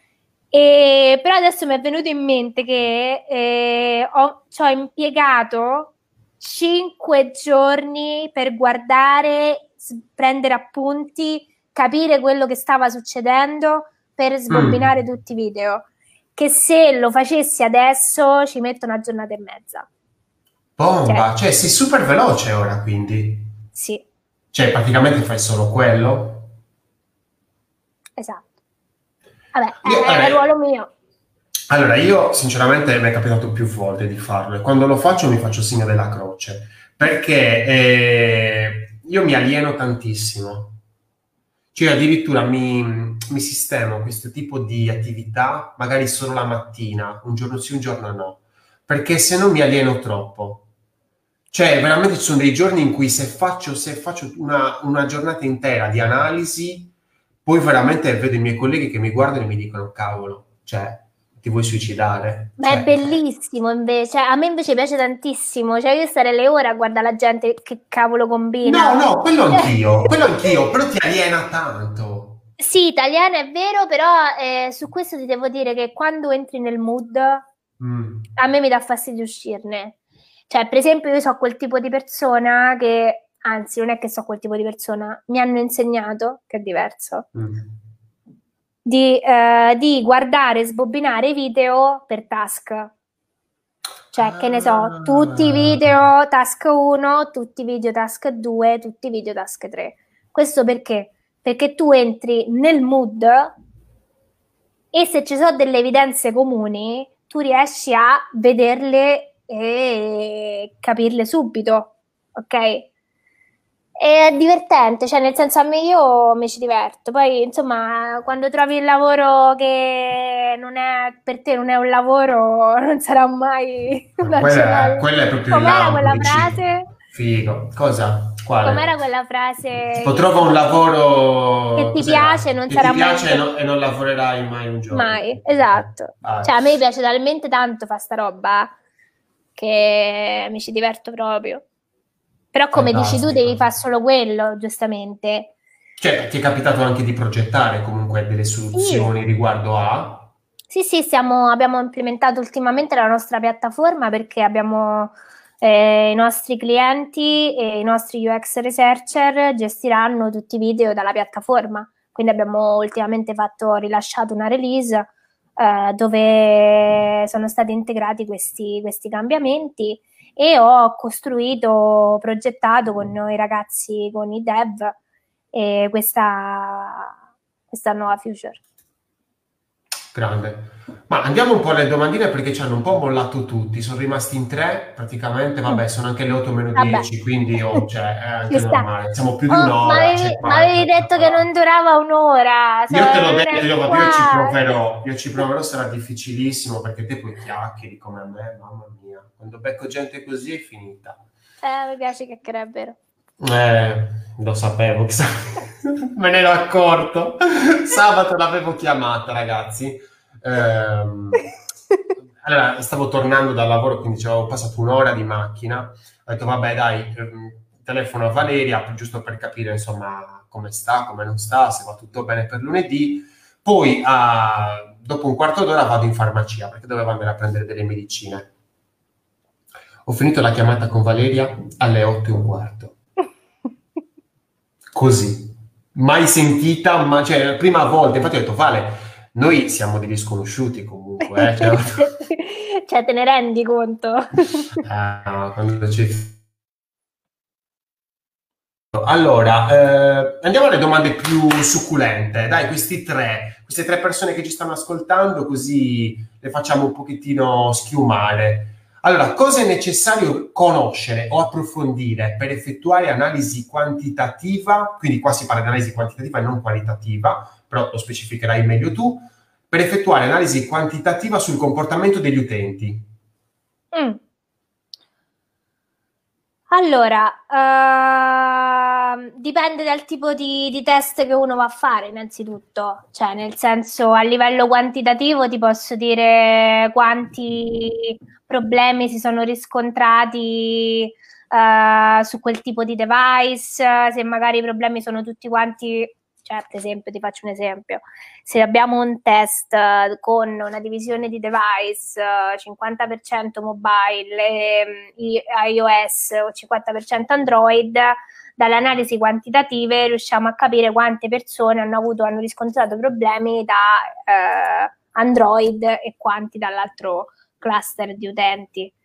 Però adesso mi è venuto in mente che ci ho impiegato 5 giorni per guardare, prendere appunti, capire quello che stava succedendo per sbobinare tutti i video. Che se lo facessi adesso ci metto una giornata e mezza. Cioè, Bomba, cioè sei super veloce ora quindi. sì, Cioè praticamente fai solo quello. esatto. Vabbè, Io, è il ruolo mio. allora, io sinceramente mi è capitato più volte di farlo e quando lo faccio mi faccio segno della croce perché io mi alieno tantissimo. Cioè addirittura mi sistemo questo tipo di attività magari solo la mattina, un giorno sì, un giorno no. perché se no mi alieno troppo. Cioè, veramente ci sono dei giorni in cui se faccio una giornata intera di analisi, poi veramente vedo i miei colleghi che mi guardano e mi dicono, cavolo, cioè, ti vuoi suicidare? Ma è Cioè, bellissimo invece, a me invece piace tantissimo, cioè io stare le ore a guardare la gente che cavolo no, combina. no, quello anch'io, però ti aliena tanto. Sì, italiano è vero, però su questo ti devo dire che quando entri nel mood, Mm. a me mi dà fastidio uscirne. Cioè, per esempio, io so quel tipo di persona che, anzi, non è che so quel tipo di persona, mi hanno insegnato, che è diverso, Mm. di guardare e sbobinare i video per task. Cioè, che ne so, tutti i Ah, video task 1, tutti i video task 2, tutti i video task 3. Questo perché? Perché tu entri nel mood e se ci sono delle evidenze comuni, tu riesci a vederle e capirle subito, ok? È divertente, cioè nel senso a me io mi ci diverto. Poi, insomma, quando trovi il lavoro che non è per te, non è un lavoro, non sarà mai una giornata. quella è proprio il Com'era lampo, quella dici, frase? figo. Cosa? Quale? Com'era quella frase Tipo, trova un che lavoro, ti cos'era? piace, non Che ti sarà mai un piace e, giorno. e non lavorerai mai un giorno. Mai, esatto. Ah, Cioè, a me piace talmente tanto fa sta roba che mi ci diverto proprio. Però, come dici tu, devi fantastico. fare solo quello, giustamente. Cioè, ti è capitato anche di progettare comunque delle Sì, soluzioni riguardo a... sì, abbiamo implementato ultimamente la nostra piattaforma perché abbiamo i nostri clienti e i nostri UX researcher gestiranno tutti i video dalla piattaforma. Quindi abbiamo ultimamente rilasciato una release dove sono stati integrati questi cambiamenti e ho progettato con i ragazzi, con i dev, questa nuova future. Grande. Ma andiamo un po' alle domandine perché ci hanno un po' mollato tutti, sono rimasti in tre praticamente, vabbè, sono anche le 8 meno Vabbè, 10, quindi cioè, è ci anche sta. normale, siamo più di Oh, un'ora, c'è ma avevi da detto che parlare. non durava un'ora, Io te sono l'ho le detto, 3 e io ci proverò, sarà difficilissimo perché te poi chiacchieri come a me, mamma mia, quando becco gente così è finita. Mi piace che è vero. Lo sapevo, me ne ero accorto. Sabato l'avevo chiamata, ragazzi. Allora, stavo tornando dal lavoro, quindi ci avevo passato un'ora di macchina. Ho detto, vabbè, dai, telefono a Valeria, giusto per capire, insomma, come sta, come non sta, se va tutto bene per lunedì. Poi, dopo un quarto d'ora, vado in farmacia, perché dovevo andare a prendere delle medicine. Ho finito la chiamata con Valeria alle 8:15. Così. Mai sentita, ma cioè, la prima volta, infatti ho detto, Vale, noi siamo degli sconosciuti comunque, cioè, Cioè, te ne rendi conto? quando Allora, andiamo alle domande più succulente. Dai, queste tre persone che ci stanno ascoltando, così le facciamo un pochettino schiumare. Allora, cosa è necessario conoscere o approfondire per effettuare analisi quantitativa? Quindi qua si parla di analisi quantitativa e non qualitativa, però lo specificherai meglio tu. Per effettuare analisi quantitativa sul comportamento degli utenti. Mm. Allora, dipende dal tipo di test che uno va a fare, innanzitutto. Cioè, nel senso, a livello quantitativo ti posso dire quanti problemi si sono riscontrati su quel tipo di device, se magari i problemi sono tutti quanti, cioè, per esempio, ti faccio un esempio. Se abbiamo un test con una divisione di device 50% mobile iOS o 50% Android, dalle analisi quantitative riusciamo a capire quante persone hanno riscontrato problemi da Android e quanti dall'altro cluster di utenti.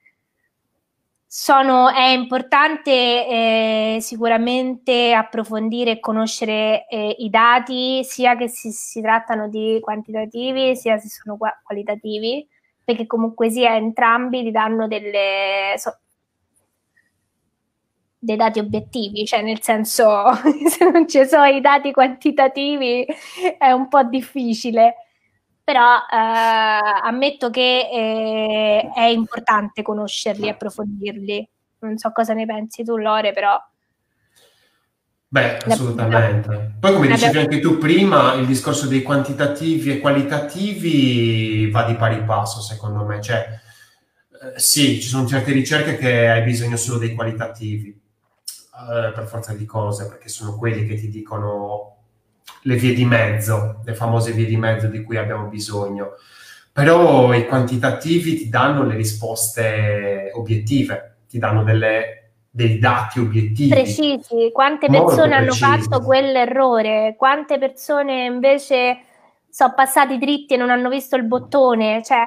È importante sicuramente approfondire e conoscere i dati, sia che si trattano di quantitativi, sia se sono qualitativi, perché comunque sia entrambi ti danno dei dati obiettivi, cioè nel senso se non ci sono i dati quantitativi è un po' difficile. però ammetto che è importante conoscerli e approfondirli. Non so cosa ne pensi tu, Lore, però... Beh, assolutamente. Poi, come dicevi anche tu prima, il discorso dei quantitativi e qualitativi va di pari passo, secondo me. Cioè, sì, ci sono certe ricerche che hai bisogno solo dei qualitativi, per forza di cose, perché sono quelli che ti dicono le vie di mezzo, le famose vie di mezzo di cui abbiamo bisogno. Però i quantitativi ti danno le risposte obiettive, ti danno dei dati obiettivi, precisi, quante molto persone hanno precisi. fatto quell'errore, quante persone invece sono passati dritti e non hanno visto il bottone, cioè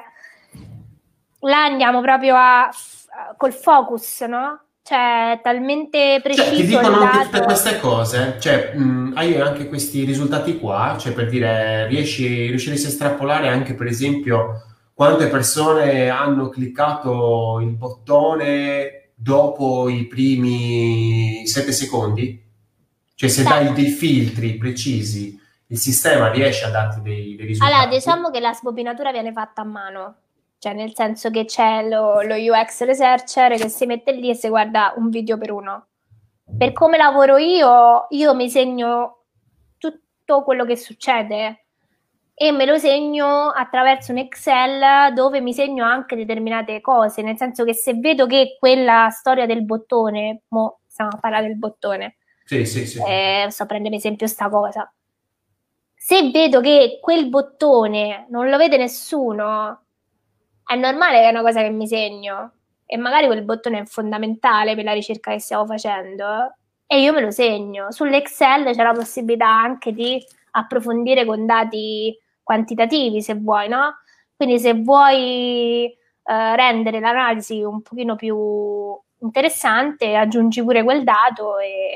là andiamo proprio col focus, no? Cioè, talmente Cioè, ti preciso il dicono anche tutte dato. queste cose, cioè, hai anche questi risultati qua, cioè per dire, riusciresti a estrapolare anche, per esempio, quante persone hanno cliccato il bottone dopo i primi 7 secondi? Cioè, se Beh, dai dei filtri precisi, il sistema riesce a darti dei allora, risultati? diciamo che la sbobinatura viene fatta a mano, cioè nel senso che c'è lo UX researcher che si mette lì e si guarda un video per uno. Per come lavoro io mi segno tutto quello che succede e me lo segno attraverso un Excel dove mi segno anche determinate cose, nel senso che se vedo che quella storia del bottone, mo stiamo a parlare del bottone, Sì, sì, sì. sto prendendo esempio sta cosa. Se vedo che quel bottone non lo vede nessuno, è normale che è una cosa che mi segno. E magari quel bottone è fondamentale per la ricerca che stiamo facendo. E io me lo segno. Sull'Excel c'è la possibilità anche di approfondire con dati quantitativi, se vuoi, no? Quindi se vuoi rendere l'analisi un pochino più interessante, aggiungi pure quel dato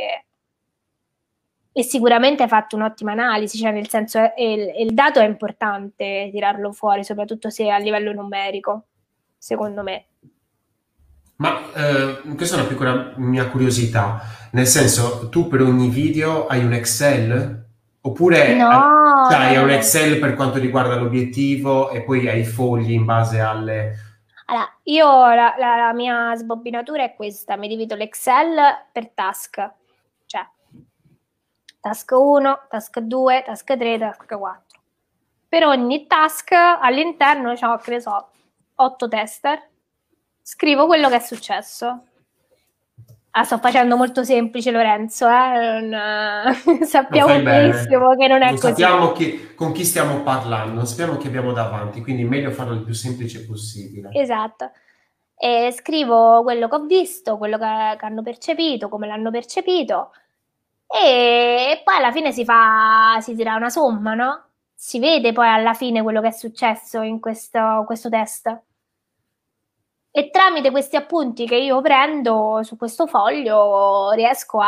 e sicuramente hai fatto un'ottima analisi, cioè nel senso il dato è importante tirarlo fuori, soprattutto se a livello numerico, secondo me. Ma questa è una piccola mia curiosità, nel senso, tu per ogni video hai un Excel? Oppure No, cioè, no, hai no, un no. Excel per quanto riguarda l'obiettivo e poi hai i fogli in base alle... Allora, io la mia sbobbinatura è questa, mi divido l'Excel per task, cioè task 1, task 2, task 3, task 4. Per ogni task all'interno ho, che ne so, 8 tester, scrivo quello che è successo. Ah, sto facendo molto semplice, Lorenzo, Lo sappiamo fai bene. benissimo che non è Non così. sappiamo con chi stiamo parlando, non sappiamo chi abbiamo davanti, quindi è meglio farlo il più semplice possibile. Esatto. E scrivo quello che ho visto, quello che hanno percepito, come l'hanno percepito, e poi alla fine si tira una somma, no? Si vede poi alla fine quello che è successo in questo test. E tramite questi appunti che io prendo su questo foglio riesco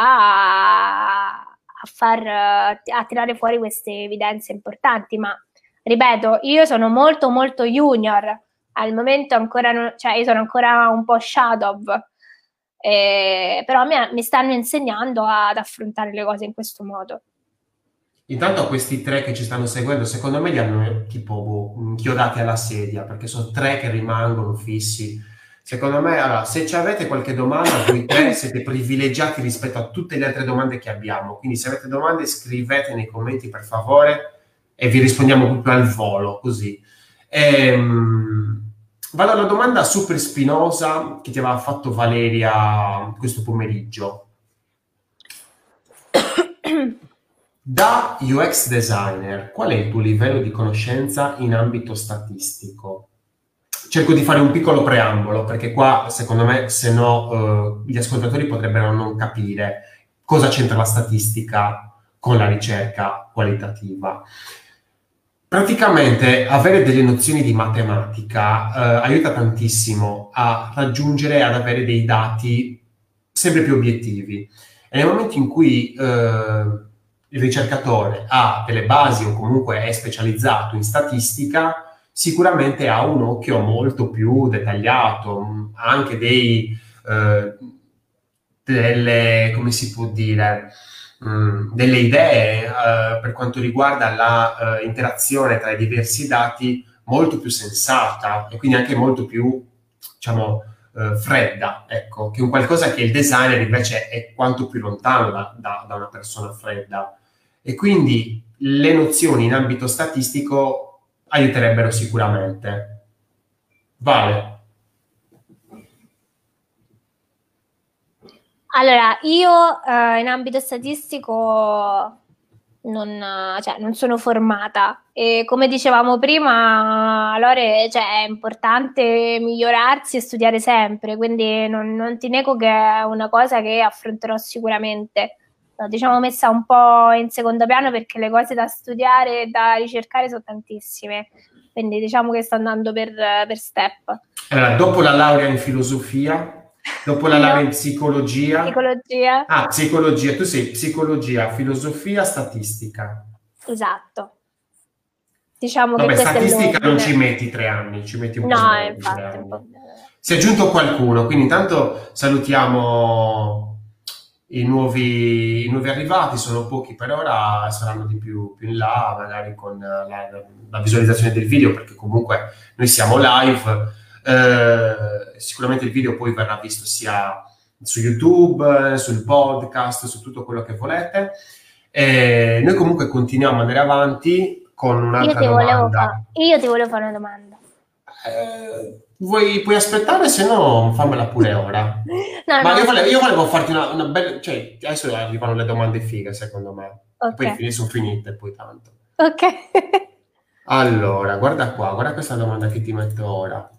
a tirare fuori queste evidenze importanti, ma ripeto, io sono molto molto junior, al momento ancora cioè io sono ancora un po' shadow, però mi stanno insegnando ad affrontare le cose in questo modo. Intanto questi tre che ci stanno seguendo, secondo me li hanno tipo inchiodati alla sedia, perché sono tre che rimangono fissi. Secondo me, allora, se ci avete qualche domanda, voi tre siete privilegiati rispetto a tutte le altre domande che abbiamo. Quindi se avete domande scrivete nei commenti per favore e vi rispondiamo proprio al volo, così. Vado alla domanda super spinosa che ti aveva fatto Valeria questo pomeriggio. Da UX designer, qual è il tuo livello di conoscenza in ambito statistico? Cerco di fare un piccolo preambolo, perché qua, secondo me, se no, gli ascoltatori potrebbero non capire cosa c'entra la statistica con la ricerca qualitativa. Praticamente avere delle nozioni di matematica aiuta tantissimo a raggiungere, ad avere dei dati sempre più obiettivi. E nel momento in cui il ricercatore ha delle basi o comunque è specializzato in statistica, sicuramente ha un occhio molto più dettagliato, anche come si può dire, delle idee per quanto riguarda la interazione tra i diversi dati molto più sensata e quindi anche molto più, diciamo, fredda, ecco, che un qualcosa che il designer invece è quanto più lontano da una persona fredda. E quindi le nozioni in ambito statistico aiuterebbero sicuramente. Vale. Allora, io in ambito statistico non sono formata e come dicevamo prima, Lore, cioè, è importante migliorarsi e studiare sempre, quindi non ti nego che è una cosa che affronterò sicuramente. L'ho, diciamo, messa un po' in secondo piano perché le cose da studiare e da ricercare sono tantissime, quindi diciamo che sto andando per step. Allora, dopo la laurea in filosofia, dopo la laurea No, in psicologia, psicologia, psicologia, tu sei psicologia, filosofia, statistica. esatto. Diciamo che Vabbè, questo è statistica non ci l'ordine. metti 3 anni, ci metti un po' No, meno di tre infatti, un po'. anni. Si è aggiunto qualcuno, quindi intanto salutiamo i nuovi arrivati, sono pochi per ora, saranno di più in là, magari con la visualizzazione del video, perché comunque noi siamo live. Sicuramente il video poi verrà visto sia su YouTube, sul podcast, su tutto quello che volete. Noi comunque continuiamo ad andare avanti con un'altra domanda. Io ti volevo fare una domanda. Puoi aspettare, se no fammela pure ora. No, Ma no, io volevo farti una bella... Cioè, adesso arrivano le domande fighe, secondo me. E ok, poi sono finite, poi tanto. ok. Allora, guarda qua, guarda questa domanda che ti metto ora.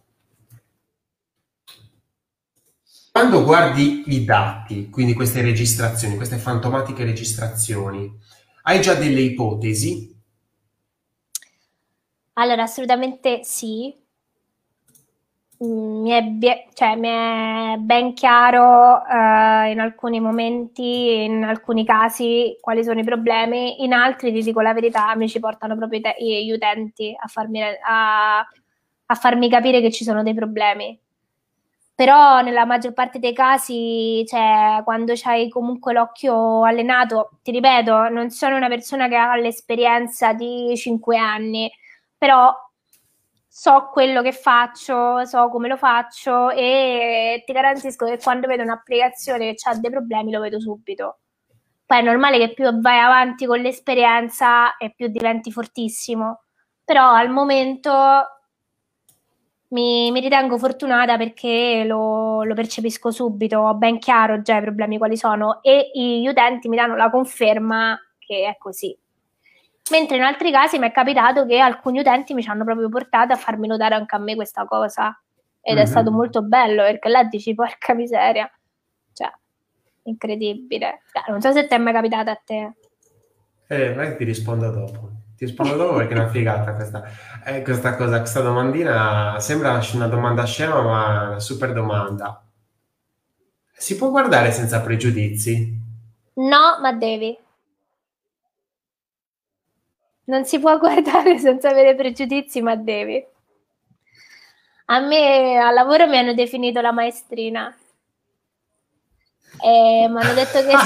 Quando guardi i dati, quindi queste registrazioni, queste fantomatiche registrazioni, hai già delle ipotesi? Allora, assolutamente sì. Mi è ben chiaro in alcuni momenti, in alcuni casi, quali sono i problemi, in altri, ti dico la verità, mi ci portano proprio gli utenti a farmi capire che ci sono dei problemi. Però nella maggior parte dei casi, cioè, quando c'hai comunque l'occhio allenato, ti ripeto, non sono una persona che ha l'esperienza di 5 anni, però so quello che faccio, so come lo faccio e ti garantisco che quando vedo un'applicazione che ha dei problemi lo vedo subito. Poi è normale che più vai avanti con l'esperienza e più diventi fortissimo, però al momento mi ritengo fortunata perché lo percepisco subito, ho ben chiaro già i problemi quali sono e gli utenti mi danno la conferma che è così. Mentre in altri casi mi è capitato che alcuni utenti mi ci hanno proprio portato a farmi notare anche a me questa cosa ed è stato molto bello perché là dici porca miseria, cioè incredibile. Non so se ti è mai capitato a te. Magari ti rispondo dopo. Ti rispondo dopo perché è una figata questa cosa, questa domandina. Sembra una domanda scema, ma è una super domanda. Si può guardare senza pregiudizi? No, ma devi. Non si può guardare senza avere pregiudizi, ma devi. A me al lavoro mi hanno definito la maestrina. E mi hanno detto che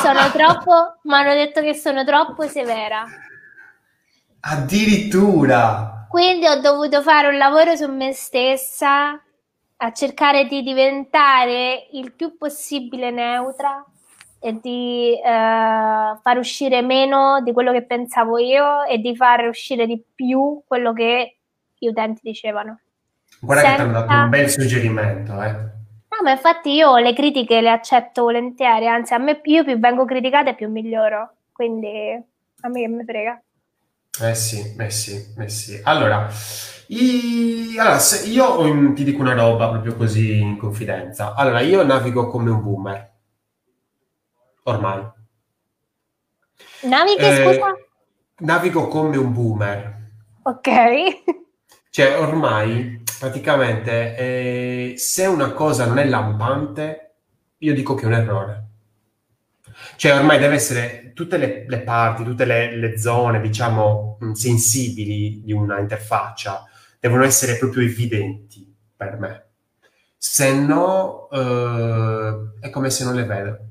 sono troppo severa. Addirittura! Quindi ho dovuto fare un lavoro su me stessa, a cercare di diventare il più possibile neutra e di far uscire meno di quello che pensavo io e di far uscire di più quello che gli utenti dicevano. Guarda che ti hanno dato un bel suggerimento, eh. No, ma infatti io le critiche le accetto volentieri, anzi a me io più vengo criticata e più miglioro, quindi a me che me frega. Sì, sì. Allora, io ti dico una roba proprio così in confidenza. Allora, io navigo come un boomer, ormai. Navighe, scusa? Navigo come un boomer. Ok. Cioè, ormai, praticamente, se una cosa non è lampante, io dico che è un errore. Cioè, ormai deve essere tutte le parti, tutte le zone, diciamo, sensibili di una interfaccia, devono essere proprio evidenti per me. Se no, è come se non le vedo.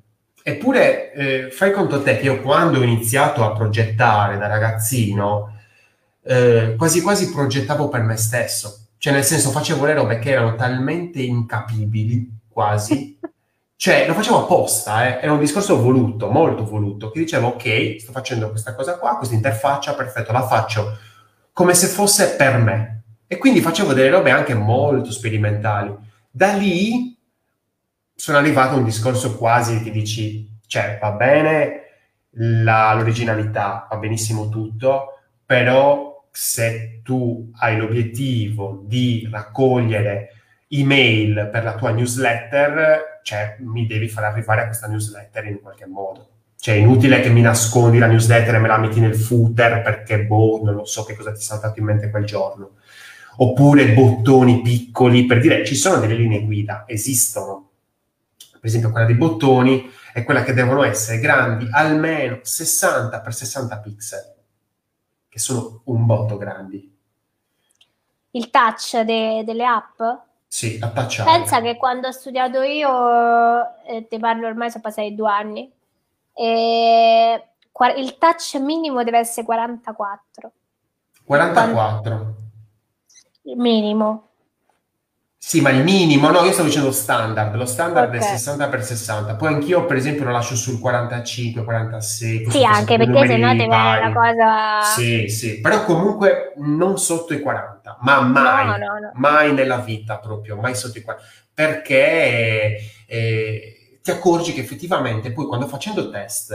Eppure, fai conto te che io quando ho iniziato a progettare da ragazzino, quasi quasi progettavo per me stesso. Cioè, nel senso, facevo le robe che erano talmente incapibili, quasi, cioè, lo facevo apposta, era un discorso voluto, molto voluto, che dicevo, ok, sto facendo questa cosa qua, questa interfaccia, perfetto, la faccio come se fosse per me. E quindi facevo delle robe anche molto sperimentali. Da lì sono arrivato a un discorso quasi che dici, cioè, va bene l'originalità, va benissimo tutto, però se tu hai l'obiettivo di raccogliere email per la tua newsletter, cioè mi devi far arrivare a questa newsletter in qualche modo. Cioè è inutile che mi nascondi la newsletter e me la metti nel footer perché, boh, non lo so che cosa ti è saltato in mente quel giorno. Oppure bottoni piccoli, per dire, ci sono delle linee guida, esistono. Per esempio quella dei bottoni è quella che devono essere grandi almeno 60 x 60 pixel, che sono un botto grandi. Il touch delle app? Sì, attacciare. Pensa che quando ho studiato io, ti parlo ormai sono passati 2 anni, e il touch minimo deve essere 44. 44? Il minimo. Sì, ma il minimo, no, io stavo dicendo standard, lo standard Ok. è 60 x 60, poi anch'io per esempio lo lascio sul 45, 46, Sì, anche perché sennò ti viene la cosa... Sì, sì, però comunque non sotto i 40, ma mai, No. mai nella vita proprio, mai sotto i 40, perché ti accorgi che effettivamente poi quando facendo test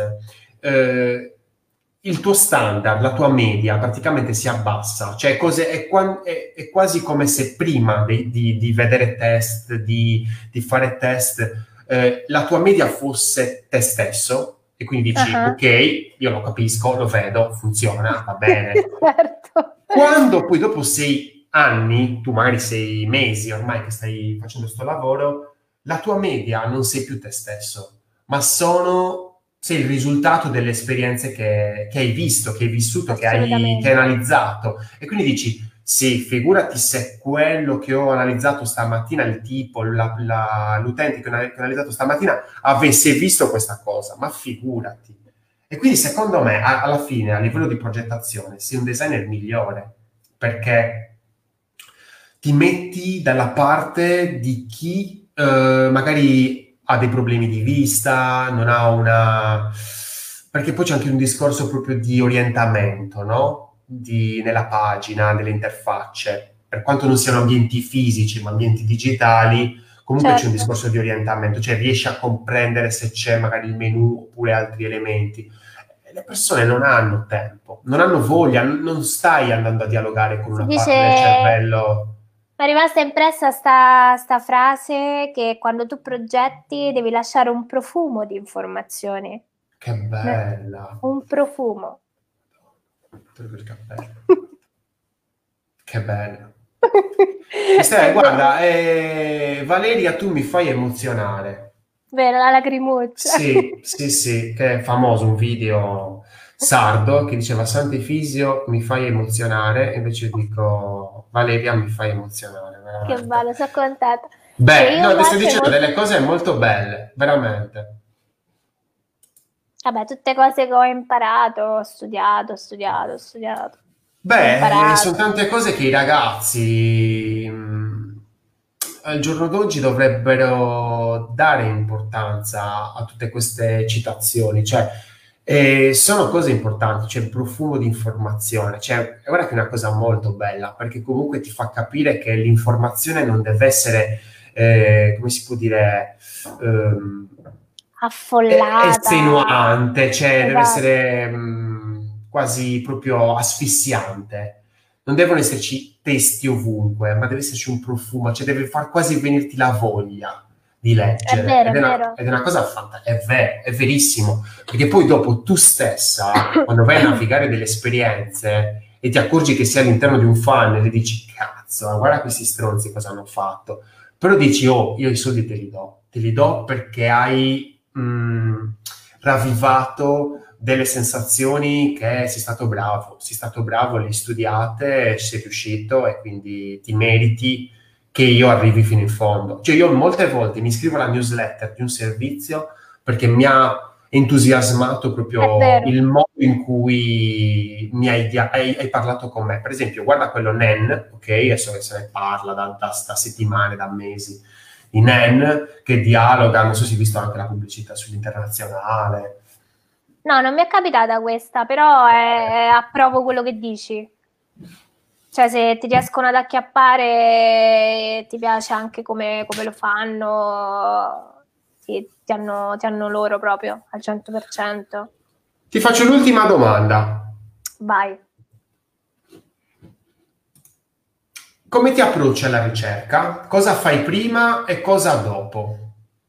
il tuo standard, la tua media praticamente si abbassa, cioè è quasi come se prima di vedere test, di fare test, la tua media fosse te stesso e quindi dici ok, io lo capisco, lo vedo, funziona, va bene. Certo. Quando poi dopo 6 anni, tu magari 6 mesi ormai che stai facendo questo lavoro, la tua media non sei più te stesso, ma sei il risultato delle esperienze che hai visto, che hai vissuto, che hai analizzato. E quindi dici, sì, figurati se quello che ho analizzato stamattina, il tipo, l'utente che ho analizzato stamattina, avesse visto questa cosa, ma figurati. E quindi secondo me, alla fine, a livello di progettazione, sei un designer migliore, perché ti metti dalla parte di chi magari ha dei problemi di vista, non ha una... Perché poi c'è anche un discorso proprio di orientamento, no? Nella pagina, nelle interfacce. Per quanto non siano ambienti fisici, ma ambienti digitali, comunque c'è un discorso di orientamento, cioè riesci a comprendere se c'è magari il menu oppure altri elementi. Le persone non hanno tempo, non hanno voglia, non stai andando a dialogare con una parte del cervello. Mi è rimasta impressa sta frase che quando tu progetti devi lasciare un profumo di informazioni. Che bella! Un profumo. Il cappello. Che bello. Guarda, Valeria, tu mi fai emozionare. Vero, la lacrimuccia. Sì, che è famoso un video sardo che diceva Sant'Efisio mi fai emozionare, e invece dico Valeria mi fai emozionare, veramente. Che bello, sono contenta. Beh, no, ti sto dicendo delle cose molto belle, veramente. Vabbè, tutte cose che ho imparato, ho studiato. Beh, sono tante cose che i ragazzi al giorno d'oggi dovrebbero dare importanza a tutte queste citazioni, cioè sono cose importanti, c'è il profumo di informazione, cioè guarda che è una cosa molto bella, perché comunque ti fa capire che l'informazione non deve essere, come si può dire, affollata, estenuante, cioè deve essere quasi proprio asfissiante. Non devono esserci testi ovunque, ma deve esserci un profumo, cioè deve far quasi venirti la voglia di leggere. È vero. Ed è una cosa fantastica, è verissimo, perché poi dopo tu stessa, quando vai a navigare delle esperienze e ti accorgi che sei all'interno di un funnel e dici, cazzo, guarda questi stronzi cosa hanno fatto. Però dici, oh, io i soldi te li do perché hai ravvivato delle sensazioni che sei stato bravo, le hai studiate, sei riuscito e quindi ti meriti che io arrivi fino in fondo. Cioè io molte volte mi iscrivo alla newsletter di un servizio perché mi ha entusiasmato proprio il modo in cui hai parlato con me. Per esempio, guarda quello Nen, ok? Adesso che se ne parla da settimane, da mesi, di Nen, che dialoga, non so se hai visto anche la pubblicità sull'internazionale. No, non mi è capitata questa, però approvo quello che dici. Cioè, se ti riescono ad acchiappare e ti piace anche come lo fanno, ti hanno loro proprio al 100%. Ti faccio l'ultima domanda. Vai. Come ti approcci alla ricerca? Cosa fai prima e cosa dopo?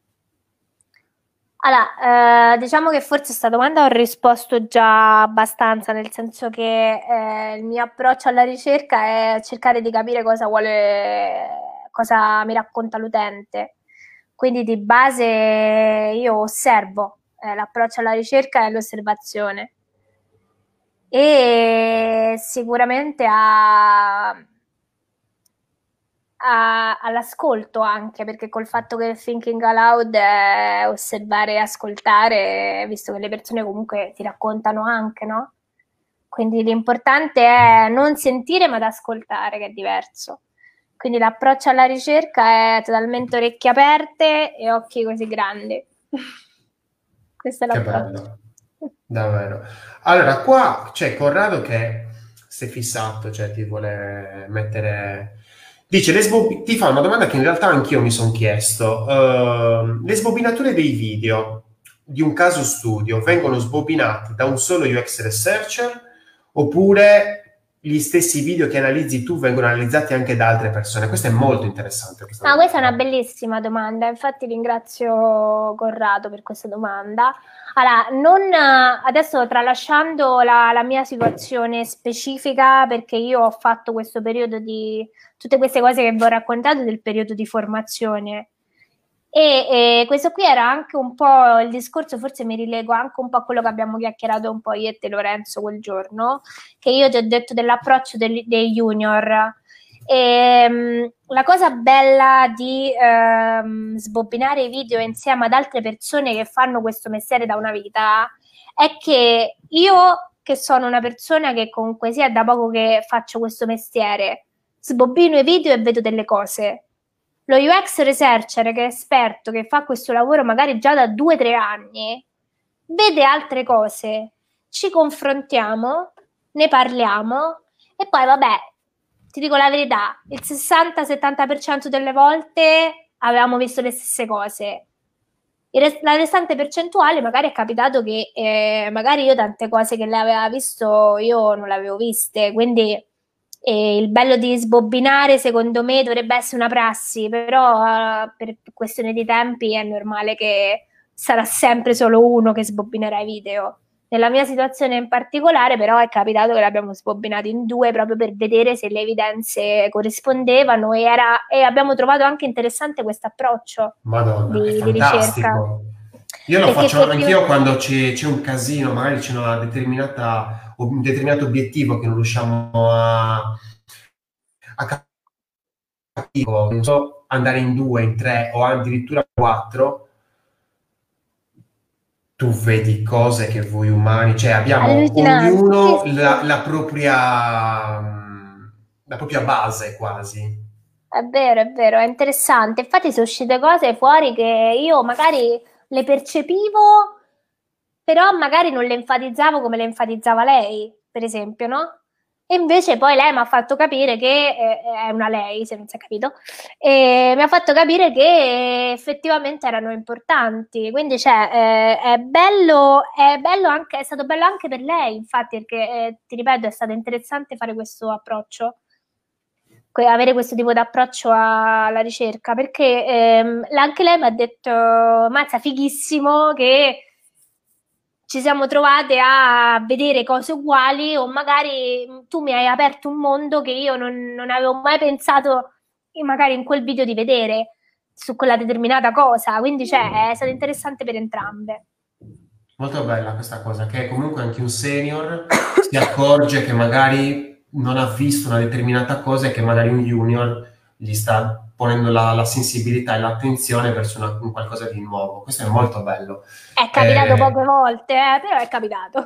Allora, diciamo che forse a questa domanda ho risposto già abbastanza, nel senso che il mio approccio alla ricerca è cercare di capire cosa mi racconta l'utente. Quindi di base io osservo, l'approccio alla ricerca è l'osservazione. E sicuramente all'ascolto anche, perché col fatto che il thinking aloud è osservare e ascoltare, visto che le persone comunque ti raccontano anche, no? Quindi l'importante è non sentire ma ad ascoltare, che è diverso. Quindi l'approccio alla ricerca è totalmente orecchie aperte e occhi così grandi. Questo è Che l'approccio. bello, davvero. Allora, qua c'è Corrado che si è fissato, cioè ti vuole mettere... Dice, ti fa una domanda che in realtà anch'io mi sono chiesto. Le sbobinature dei video di un caso studio vengono sbobinati da un solo UX researcher oppure gli stessi video che analizzi tu vengono analizzati anche da altre persone? Questo è molto interessante. Questa è una bellissima domanda, infatti ringrazio Corrado per questa domanda. Allora, adesso tralasciando la mia situazione specifica, perché io ho fatto questo periodo tutte queste cose che vi ho raccontato del periodo di formazione. E questo qui era anche un po' il discorso, forse mi rilego anche un po' a quello che abbiamo chiacchierato un po' io e te Lorenzo quel giorno, che io ti ho detto dell'approccio dei junior. La cosa bella di sbobbinare i video insieme ad altre persone che fanno questo mestiere da una vita è che io, che sono una persona che comunque sia da poco che faccio questo mestiere, sbobbino i video e vedo delle cose. Lo UX researcher, che è esperto, che fa questo lavoro magari già da 2-3 anni, vede altre cose, ci confrontiamo, ne parliamo e poi vabbè, ti dico la verità, il 60-70% delle volte avevamo visto le stesse cose. La restante percentuale magari è capitato che magari io tante cose che lei aveva visto io non le avevo viste, quindi il bello di sbobbinare secondo me dovrebbe essere una prassi, però per questione di tempi è normale che sarà sempre solo uno che sbobbinerà i video. Nella mia situazione in particolare però è capitato che l'abbiamo sbobbinato in 2 proprio per vedere se le evidenze corrispondevano e abbiamo trovato anche interessante questo approccio Madonna, di ricerca. Io lo faccio anch'io quando c'è un casino, magari c'è un determinato obiettivo che non riusciamo a capire, non so, andare in 2, in 3 o addirittura 4. Tu vedi cose che voi umani, cioè abbiamo ognuno sì. la propria base quasi. È vero, è interessante. Infatti sono uscite cose fuori che io magari le percepivo, però magari non le enfatizzavo come le enfatizzava lei, per esempio, no? E invece poi lei mi ha fatto capire che è una lei, se non si è capito, e mi ha fatto capire che effettivamente erano importanti. Quindi, cioè, è stato bello anche per lei, infatti, perché ti ripeto, è stato interessante fare questo approccio, avere questo tipo di approccio alla ricerca, perché anche lei mi ha detto, mazza, fighissimo che ci siamo trovate a vedere cose uguali o magari tu mi hai aperto un mondo che io non avevo mai pensato magari in quel video di vedere su quella determinata cosa, quindi cioè, è stato interessante per entrambe. Molto bella questa cosa, che comunque anche un senior si accorge che magari non ha visto una determinata cosa e che magari un junior gli sta ponendo la sensibilità e l'attenzione verso un qualcosa di nuovo. Questo è molto bello. È capitato poche volte, però è capitato.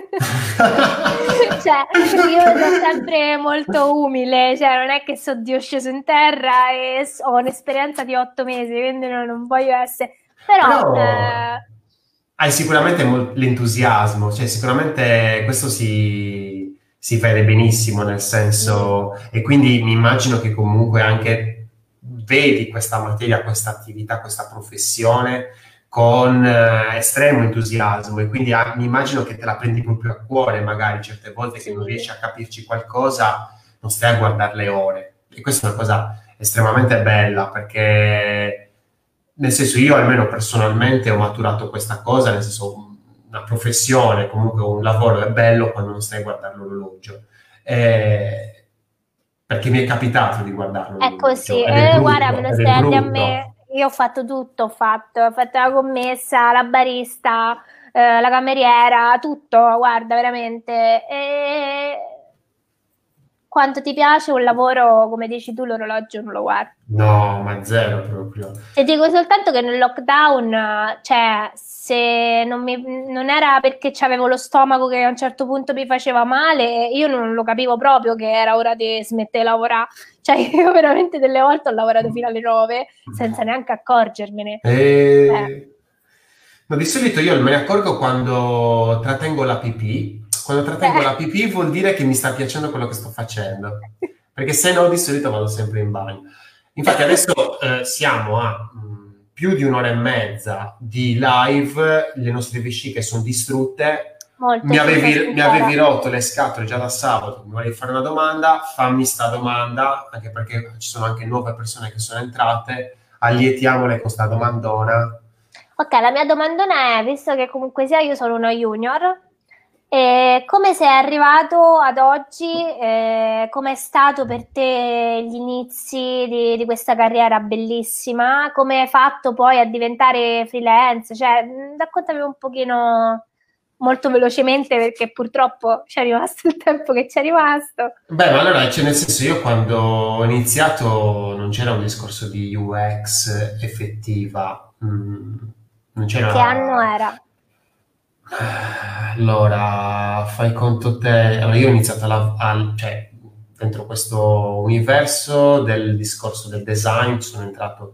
Cioè, io sono sempre molto umile, cioè non è che sono Dio sceso in terra e ho un'esperienza di 8 mesi, quindi non voglio essere... Però hai sicuramente l'entusiasmo, cioè sicuramente questo si vede benissimo, nel senso, e quindi mi immagino che comunque anche vedi questa materia, questa attività, questa professione con estremo entusiasmo, e quindi mi immagino che te la prendi proprio a cuore, magari certe volte che non riesci a capirci qualcosa, non stai a guardare le ore. E questa è una cosa estremamente bella, perché nel senso, io almeno personalmente ho maturato questa cosa, nel senso, una professione, comunque un lavoro è bello quando non stai a guardare l'orologio. Perché mi è capitato di guardarlo. È così, ed è brutto, guarda, me lo ed stai è a dire a brutto. me, io ho fatto tutto, ho fatto la commessa, la barista, la cameriera, tutto, guarda, veramente. E quanto ti piace un lavoro, come dici tu, l'orologio non lo guardi. No, ma zero proprio. Ti dico soltanto che nel lockdown, cioè, se non era perché avevo lo stomaco che a un certo punto mi faceva male, io non lo capivo proprio che era ora di smettere di lavorare. Cioè, io veramente delle volte ho lavorato fino alle 9 senza neanche accorgermene. Ma di solito io me ne accorgo quando trattengo la pipì. Quando trattengo la pipì vuol dire che mi sta piacendo quello che sto facendo, perché se no di solito vado sempre in bagno. Infatti adesso siamo a più di un'ora e mezza di live, le nostre vesciche sono distrutte. Mi avevi rotto le scatole già da sabato, mi volevi fare una domanda, fammi sta domanda, anche perché ci sono anche nuove persone che sono entrate, allietiamole con sta domandona. Ok, la mia domandona è, visto che comunque sia io sono uno junior, come sei arrivato ad oggi? Come è stato per te gli inizi di questa carriera bellissima? Come hai fatto poi a diventare freelance? Cioè, raccontami un pochino molto velocemente, perché purtroppo c'è rimasto il tempo che c'è rimasto. Beh, ma allora, cioè, nel senso, io quando ho iniziato non c'era un discorso di UX effettiva, non c'era... Che anno era? Allora, fai conto te... Allora, io ho iniziato cioè, dentro questo universo del discorso del design, sono entrato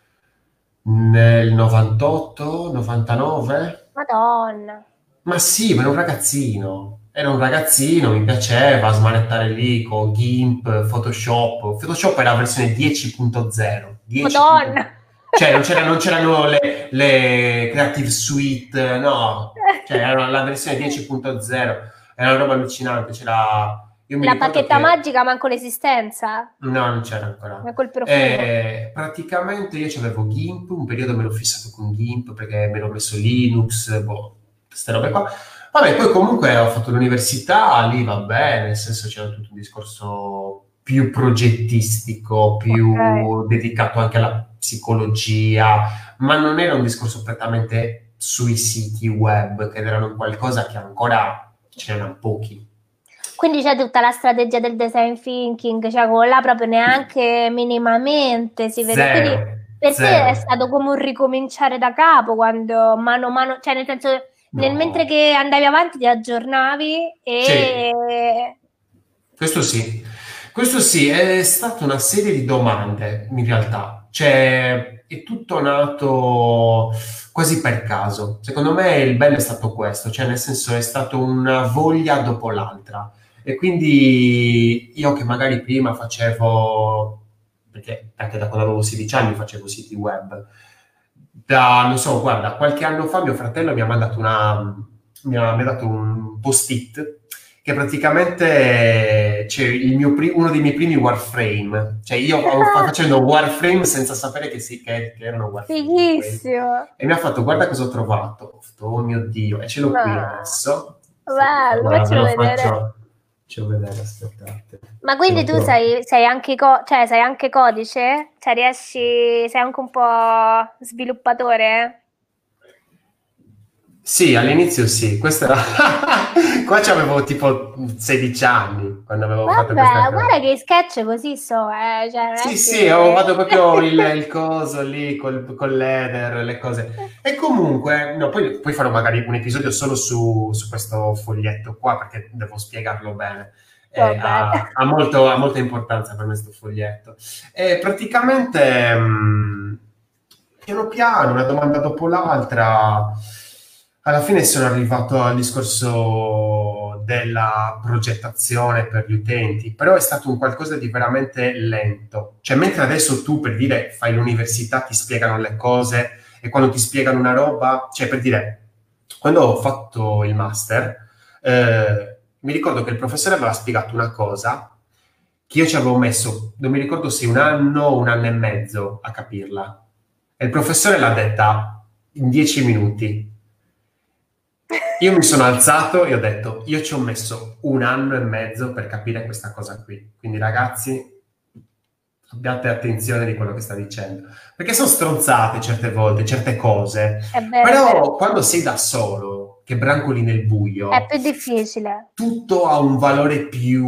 nel 98, 99. Madonna. Ma sì, ma ero un ragazzino. Ero un ragazzino, mi piaceva smanettare lì con GIMP, Photoshop. Photoshop era la versione 10.0. Madonna. Cioè, non c'erano le Creative Suite, no. Cioè, era la versione 10.0. Era una roba allucinante. C'era... La bacchetta magica manco l'esistenza? No, non c'era ancora. Ma col profumo. Praticamente io c'avevo GIMP, un periodo me l'ho fissato con GIMP perché me l'ho messo Linux, queste robe qua. Vabbè, poi comunque ho fatto l'università, lì va bene, nel senso c'era tutto un discorso più progettistico, più dedicato anche alla psicologia, ma non era un discorso prettamente sui siti web, che erano qualcosa che ancora ce n'erano pochi. Quindi c'è tutta la strategia del design thinking, cioè con là proprio neanche minimamente si vede. Zero, quindi per te è stato come un ricominciare da capo, quando mano a mano, cioè nel senso, mentre che andavi avanti ti aggiornavi e... Sì. Questo sì, è stata una serie di domande in realtà, cioè è tutto nato quasi per caso. Secondo me il bello è stato questo, cioè nel senso è stata una voglia dopo l'altra. E quindi io che magari prima facevo, perché anche da quando avevo 16 anni facevo siti web, non so, guarda, qualche anno fa mio fratello mi ha mandato mi ha dato un post-it che praticamente c'è uno dei miei primi Warframe, cioè io stavo facendo Warframe senza sapere che erano Warframe. Fighissimo! E mi ha fatto, guarda cosa ho trovato. Ho fatto, oh mio Dio, e ce l'ho qui adesso. Bello, faccelo vedere. Faccio vedere, aspettate. Ma quindi tu sei anche, sai anche codice? Cioè sei anche un po' sviluppatore? Sì, all'inizio sì, questo era... Qua c'avevo tipo 16 anni quando avevo fatto questa Vabbè, cosa. guarda che i sketch così so, cioè non Sì, è sì, ho che... fatto proprio il coso lì col l'eder, le cose. E comunque, no, poi farò magari un episodio solo su questo foglietto qua perché devo spiegarlo bene. Va bene. Ha molta importanza per me questo foglietto. E praticamente, piano piano, una domanda dopo l'altra, alla fine sono arrivato al discorso della progettazione per gli utenti, però è stato un qualcosa di veramente lento. Cioè, mentre adesso tu, per dire, fai l'università, ti spiegano le cose e quando ti spiegano una roba, cioè, per dire, quando ho fatto il master, mi ricordo che il professore aveva spiegato una cosa che io ci avevo messo, non mi ricordo se 1 anno o 1 anno e mezzo a capirla. E il professore l'ha detta in 10 minuti. Io mi sono alzato e ho detto, io ci ho messo 1 anno e mezzo per capire questa cosa qui. Quindi ragazzi, abbiate attenzione di quello che sta dicendo. Perché sono stronzate certe volte, certe cose. È vero, è vero. Però quando sei da solo, che brancoli nel È buio, più difficile. tutto ha un valore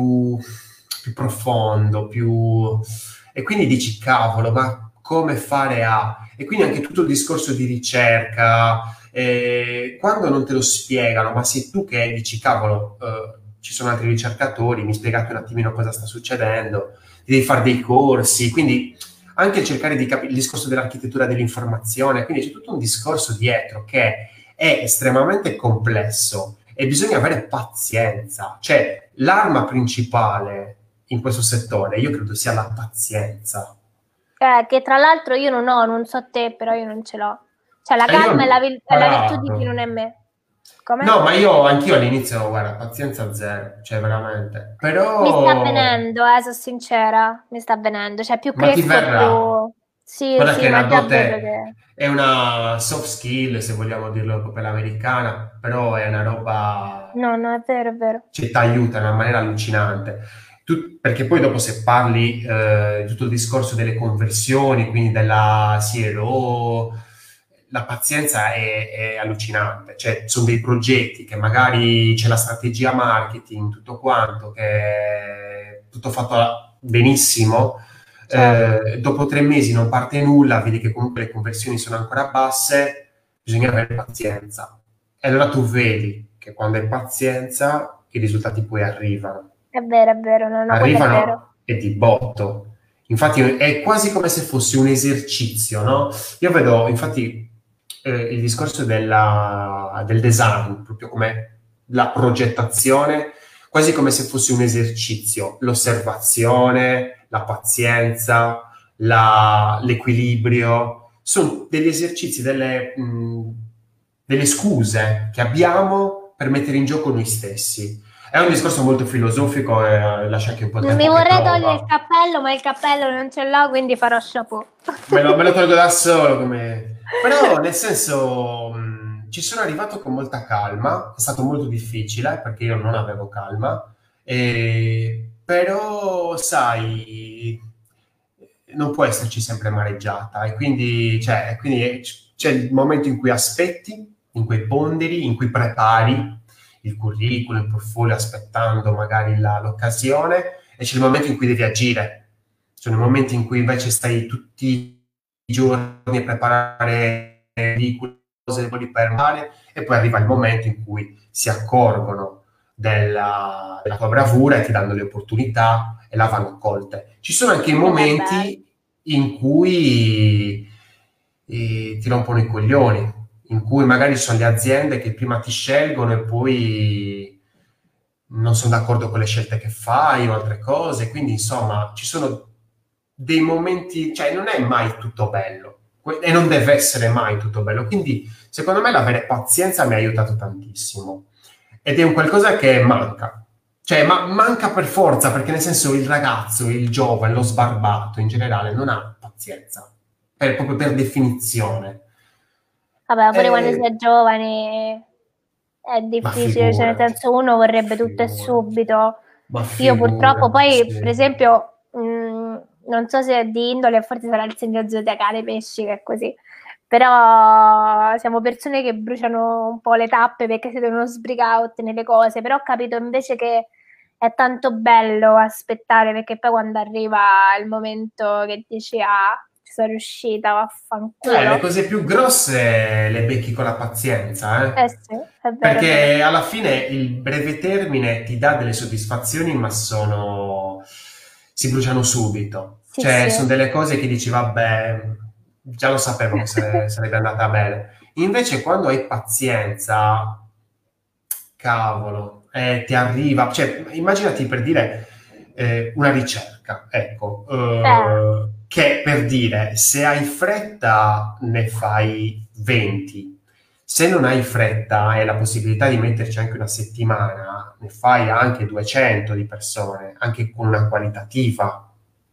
più profondo, più... E quindi dici, cavolo, ma come fare a... E quindi anche tutto il discorso di ricerca, quando non te lo spiegano, ma sei tu che dici, cavolo, ci sono altri ricercatori, mi spiegate un attimino cosa sta succedendo, ti devi fare dei corsi, quindi anche cercare di capire il discorso dell'architettura dell'informazione, quindi c'è tutto un discorso dietro che è estremamente complesso e bisogna avere pazienza. Cioè, l'arma principale in questo settore, io credo sia la pazienza. Che tra l'altro io non ho, non so te, però io non ce l'ho. Cioè la E io calma è ho è la virtù di imparato. chi non è me. Come? No, ma anch'io all'inizio, guarda, pazienza zero, cioè veramente. Mi sta Però, avvenendo, sono sincera, mi sta avvenendo. Cioè più ma ti cresco verrà. più... Sì, Guarda sì, che ma una già vedo dote che... è una soft skill, se vogliamo dirlo proprio all'americana, però è una roba No, no, è vero, è vero. cioè, ti aiuta in una maniera allucinante. Perché poi dopo se parli di tutto il discorso delle conversioni, quindi della CRO, la pazienza è allucinante. Cioè, sono dei progetti che magari c'è la strategia marketing, tutto quanto, che è tutto fatto benissimo. Certo. Dopo 3 mesi non parte nulla, vedi che comunque le conversioni sono ancora basse, bisogna avere pazienza. E allora tu vedi che quando hai pazienza i risultati poi arrivano. È vero, no, no, quello è vero. Arrivano e di botto. Infatti è quasi come se fosse un esercizio, no? Io vedo, infatti, il discorso del design, proprio come la progettazione, quasi come se fosse un esercizio. L'osservazione, la pazienza, l'equilibrio, sono degli esercizi, delle scuse che abbiamo per mettere in gioco noi stessi. È un discorso molto filosofico e lascia anche un po' il Non mi tempo che vorrei togliere il trova. cappello, ma il cappello non ce l'ho, quindi farò chapeau. Me lo tolgo da solo come... Però nel senso ci sono arrivato con molta calma, è stato molto difficile perché io non avevo calma, però sai, non può esserci sempre mareggiata e quindi c'è il momento in cui aspetti, in cui ponderi, in cui prepari il curriculum, il portfolio aspettando magari l'occasione e c'è il momento in cui devi agire. Sono i momenti in cui invece stai tutti i giorni a preparare di cose per mare e poi arriva il momento in cui si accorgono della tua bravura e ti danno le opportunità e la vanno colte. Ci sono anche i Beh. momenti in cui ti rompono i coglioni, in cui magari sono le aziende che prima ti scelgono e poi non sono d'accordo con le scelte che fai o altre cose, quindi insomma ci sono dei momenti, cioè non è mai tutto bello e non deve essere mai tutto bello, quindi secondo me l'avere pazienza mi ha aiutato tantissimo ed è un qualcosa che manca, cioè manca per forza perché nel senso il ragazzo, il giovane, lo sbarbato in generale non ha pazienza, proprio per definizione. Vabbè, pure quando si Eh, è giovani è ma difficile, cioè nel figurati, senso uno vorrebbe tutto e figurati, subito. ma Io purtroppo figurati, poi, per sì. esempio, non so se è di indole, forse sarà il segno zodiacale pesci che è così, Però siamo persone che bruciano un po' le tappe perché si devono sbrigare, ottenere cose, però ho capito invece che è tanto bello aspettare perché poi quando arriva il momento che dici ah, ci sono riuscita, Le vaffanculo. cose più grosse le becchi con la pazienza, Eh sì, è vero, è vero. perché alla fine il breve termine ti dà delle soddisfazioni, ma si bruciano subito. Sì, Cioè, sì. sono delle cose che dici, vabbè, già lo sapevo che sarebbe andata bene. Invece, quando hai pazienza, cavolo, ti arriva, cioè, immaginati per dire una ricerca, ecco, che per dire, se hai fretta ne fai 20, se non hai fretta e la possibilità di metterci anche una settimana, ne fai anche 200 di persone, anche con una qualitativa.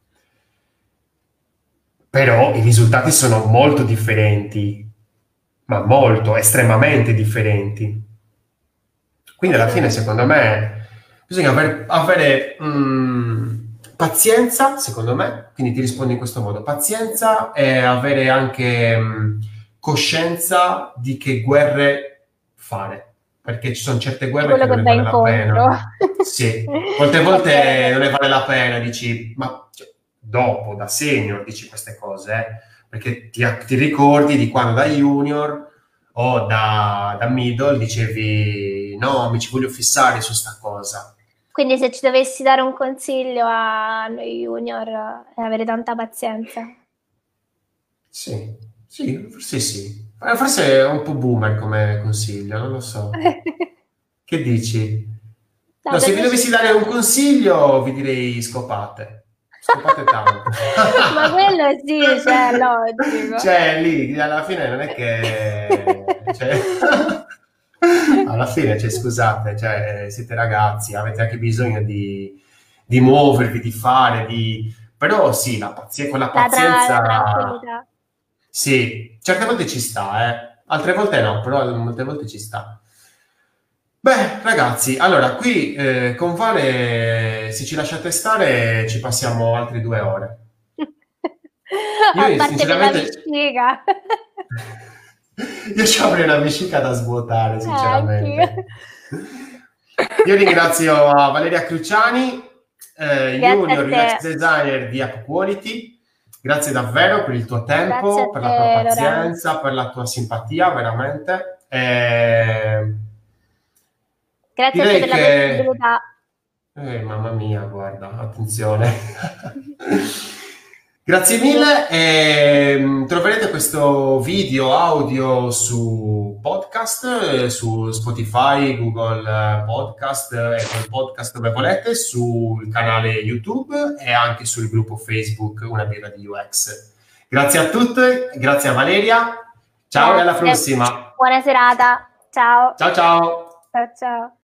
Però i risultati sono molto differenti, ma molto, estremamente differenti. Quindi alla fine, secondo Assolutamente. me, bisogna avere pazienza, secondo me, quindi ti rispondo in questo modo, pazienza e avere anche coscienza di che guerre fare, perché ci sono certe Di guerre quello che non che ne vai vale la incontro. pena. Sì, molte È vero, è volte non vero. ne vale la pena, dici, ma cioè, dopo, da senior, dici queste cose, perché ti ricordi di quando da junior o da middle dicevi no, mi ci voglio fissare su sta cosa. Quindi se ci dovessi dare un consiglio a noi junior è avere tanta pazienza. Sì, sì, forse sì. Forse è un po' boomer come consiglio, non lo so. Che dici? No, No, per se vi me ci dovessi dare sta. un consiglio vi direi scopate. Scopate tanto. Ma quello sì, cioè, logico. Cioè, lì, alla fine non è che... Cioè, alla fine, cioè, scusate, cioè, siete ragazzi, avete anche bisogno di muovervi, di fare, di... Però sì, con la La pazienza... tranquillità. Sì, certe volte ci sta, altre volte no, però molte volte ci sta. Beh, ragazzi, allora qui con Vale, se ci lasciate stare, ci passiamo altre 2 ore. A Io parte per la sinceramente, vescica. io ci avrei una vescica da svuotare, Anch'io. sinceramente. Io ringrazio a Valeria Cruciani, Grazie a Junior UX te. Designer di App Quality. Grazie davvero per il tuo Grazie a tempo, per la tua te, Lorenzo. pazienza, per la tua simpatia, veramente. Grazie a te Direi per la che possibilità. mamma mia, guarda, attenzione. Grazie mille. Troverete questo video audio su podcast, su Spotify, Google Podcast, Apple Podcast, dove volete, sul canale YouTube e anche sul gruppo Facebook Una birra di UX. Grazie a tutti, grazie a Valeria. Ciao e alla Grazie. prossima. Buona serata. Ciao. Ciao ciao. Ciao ciao.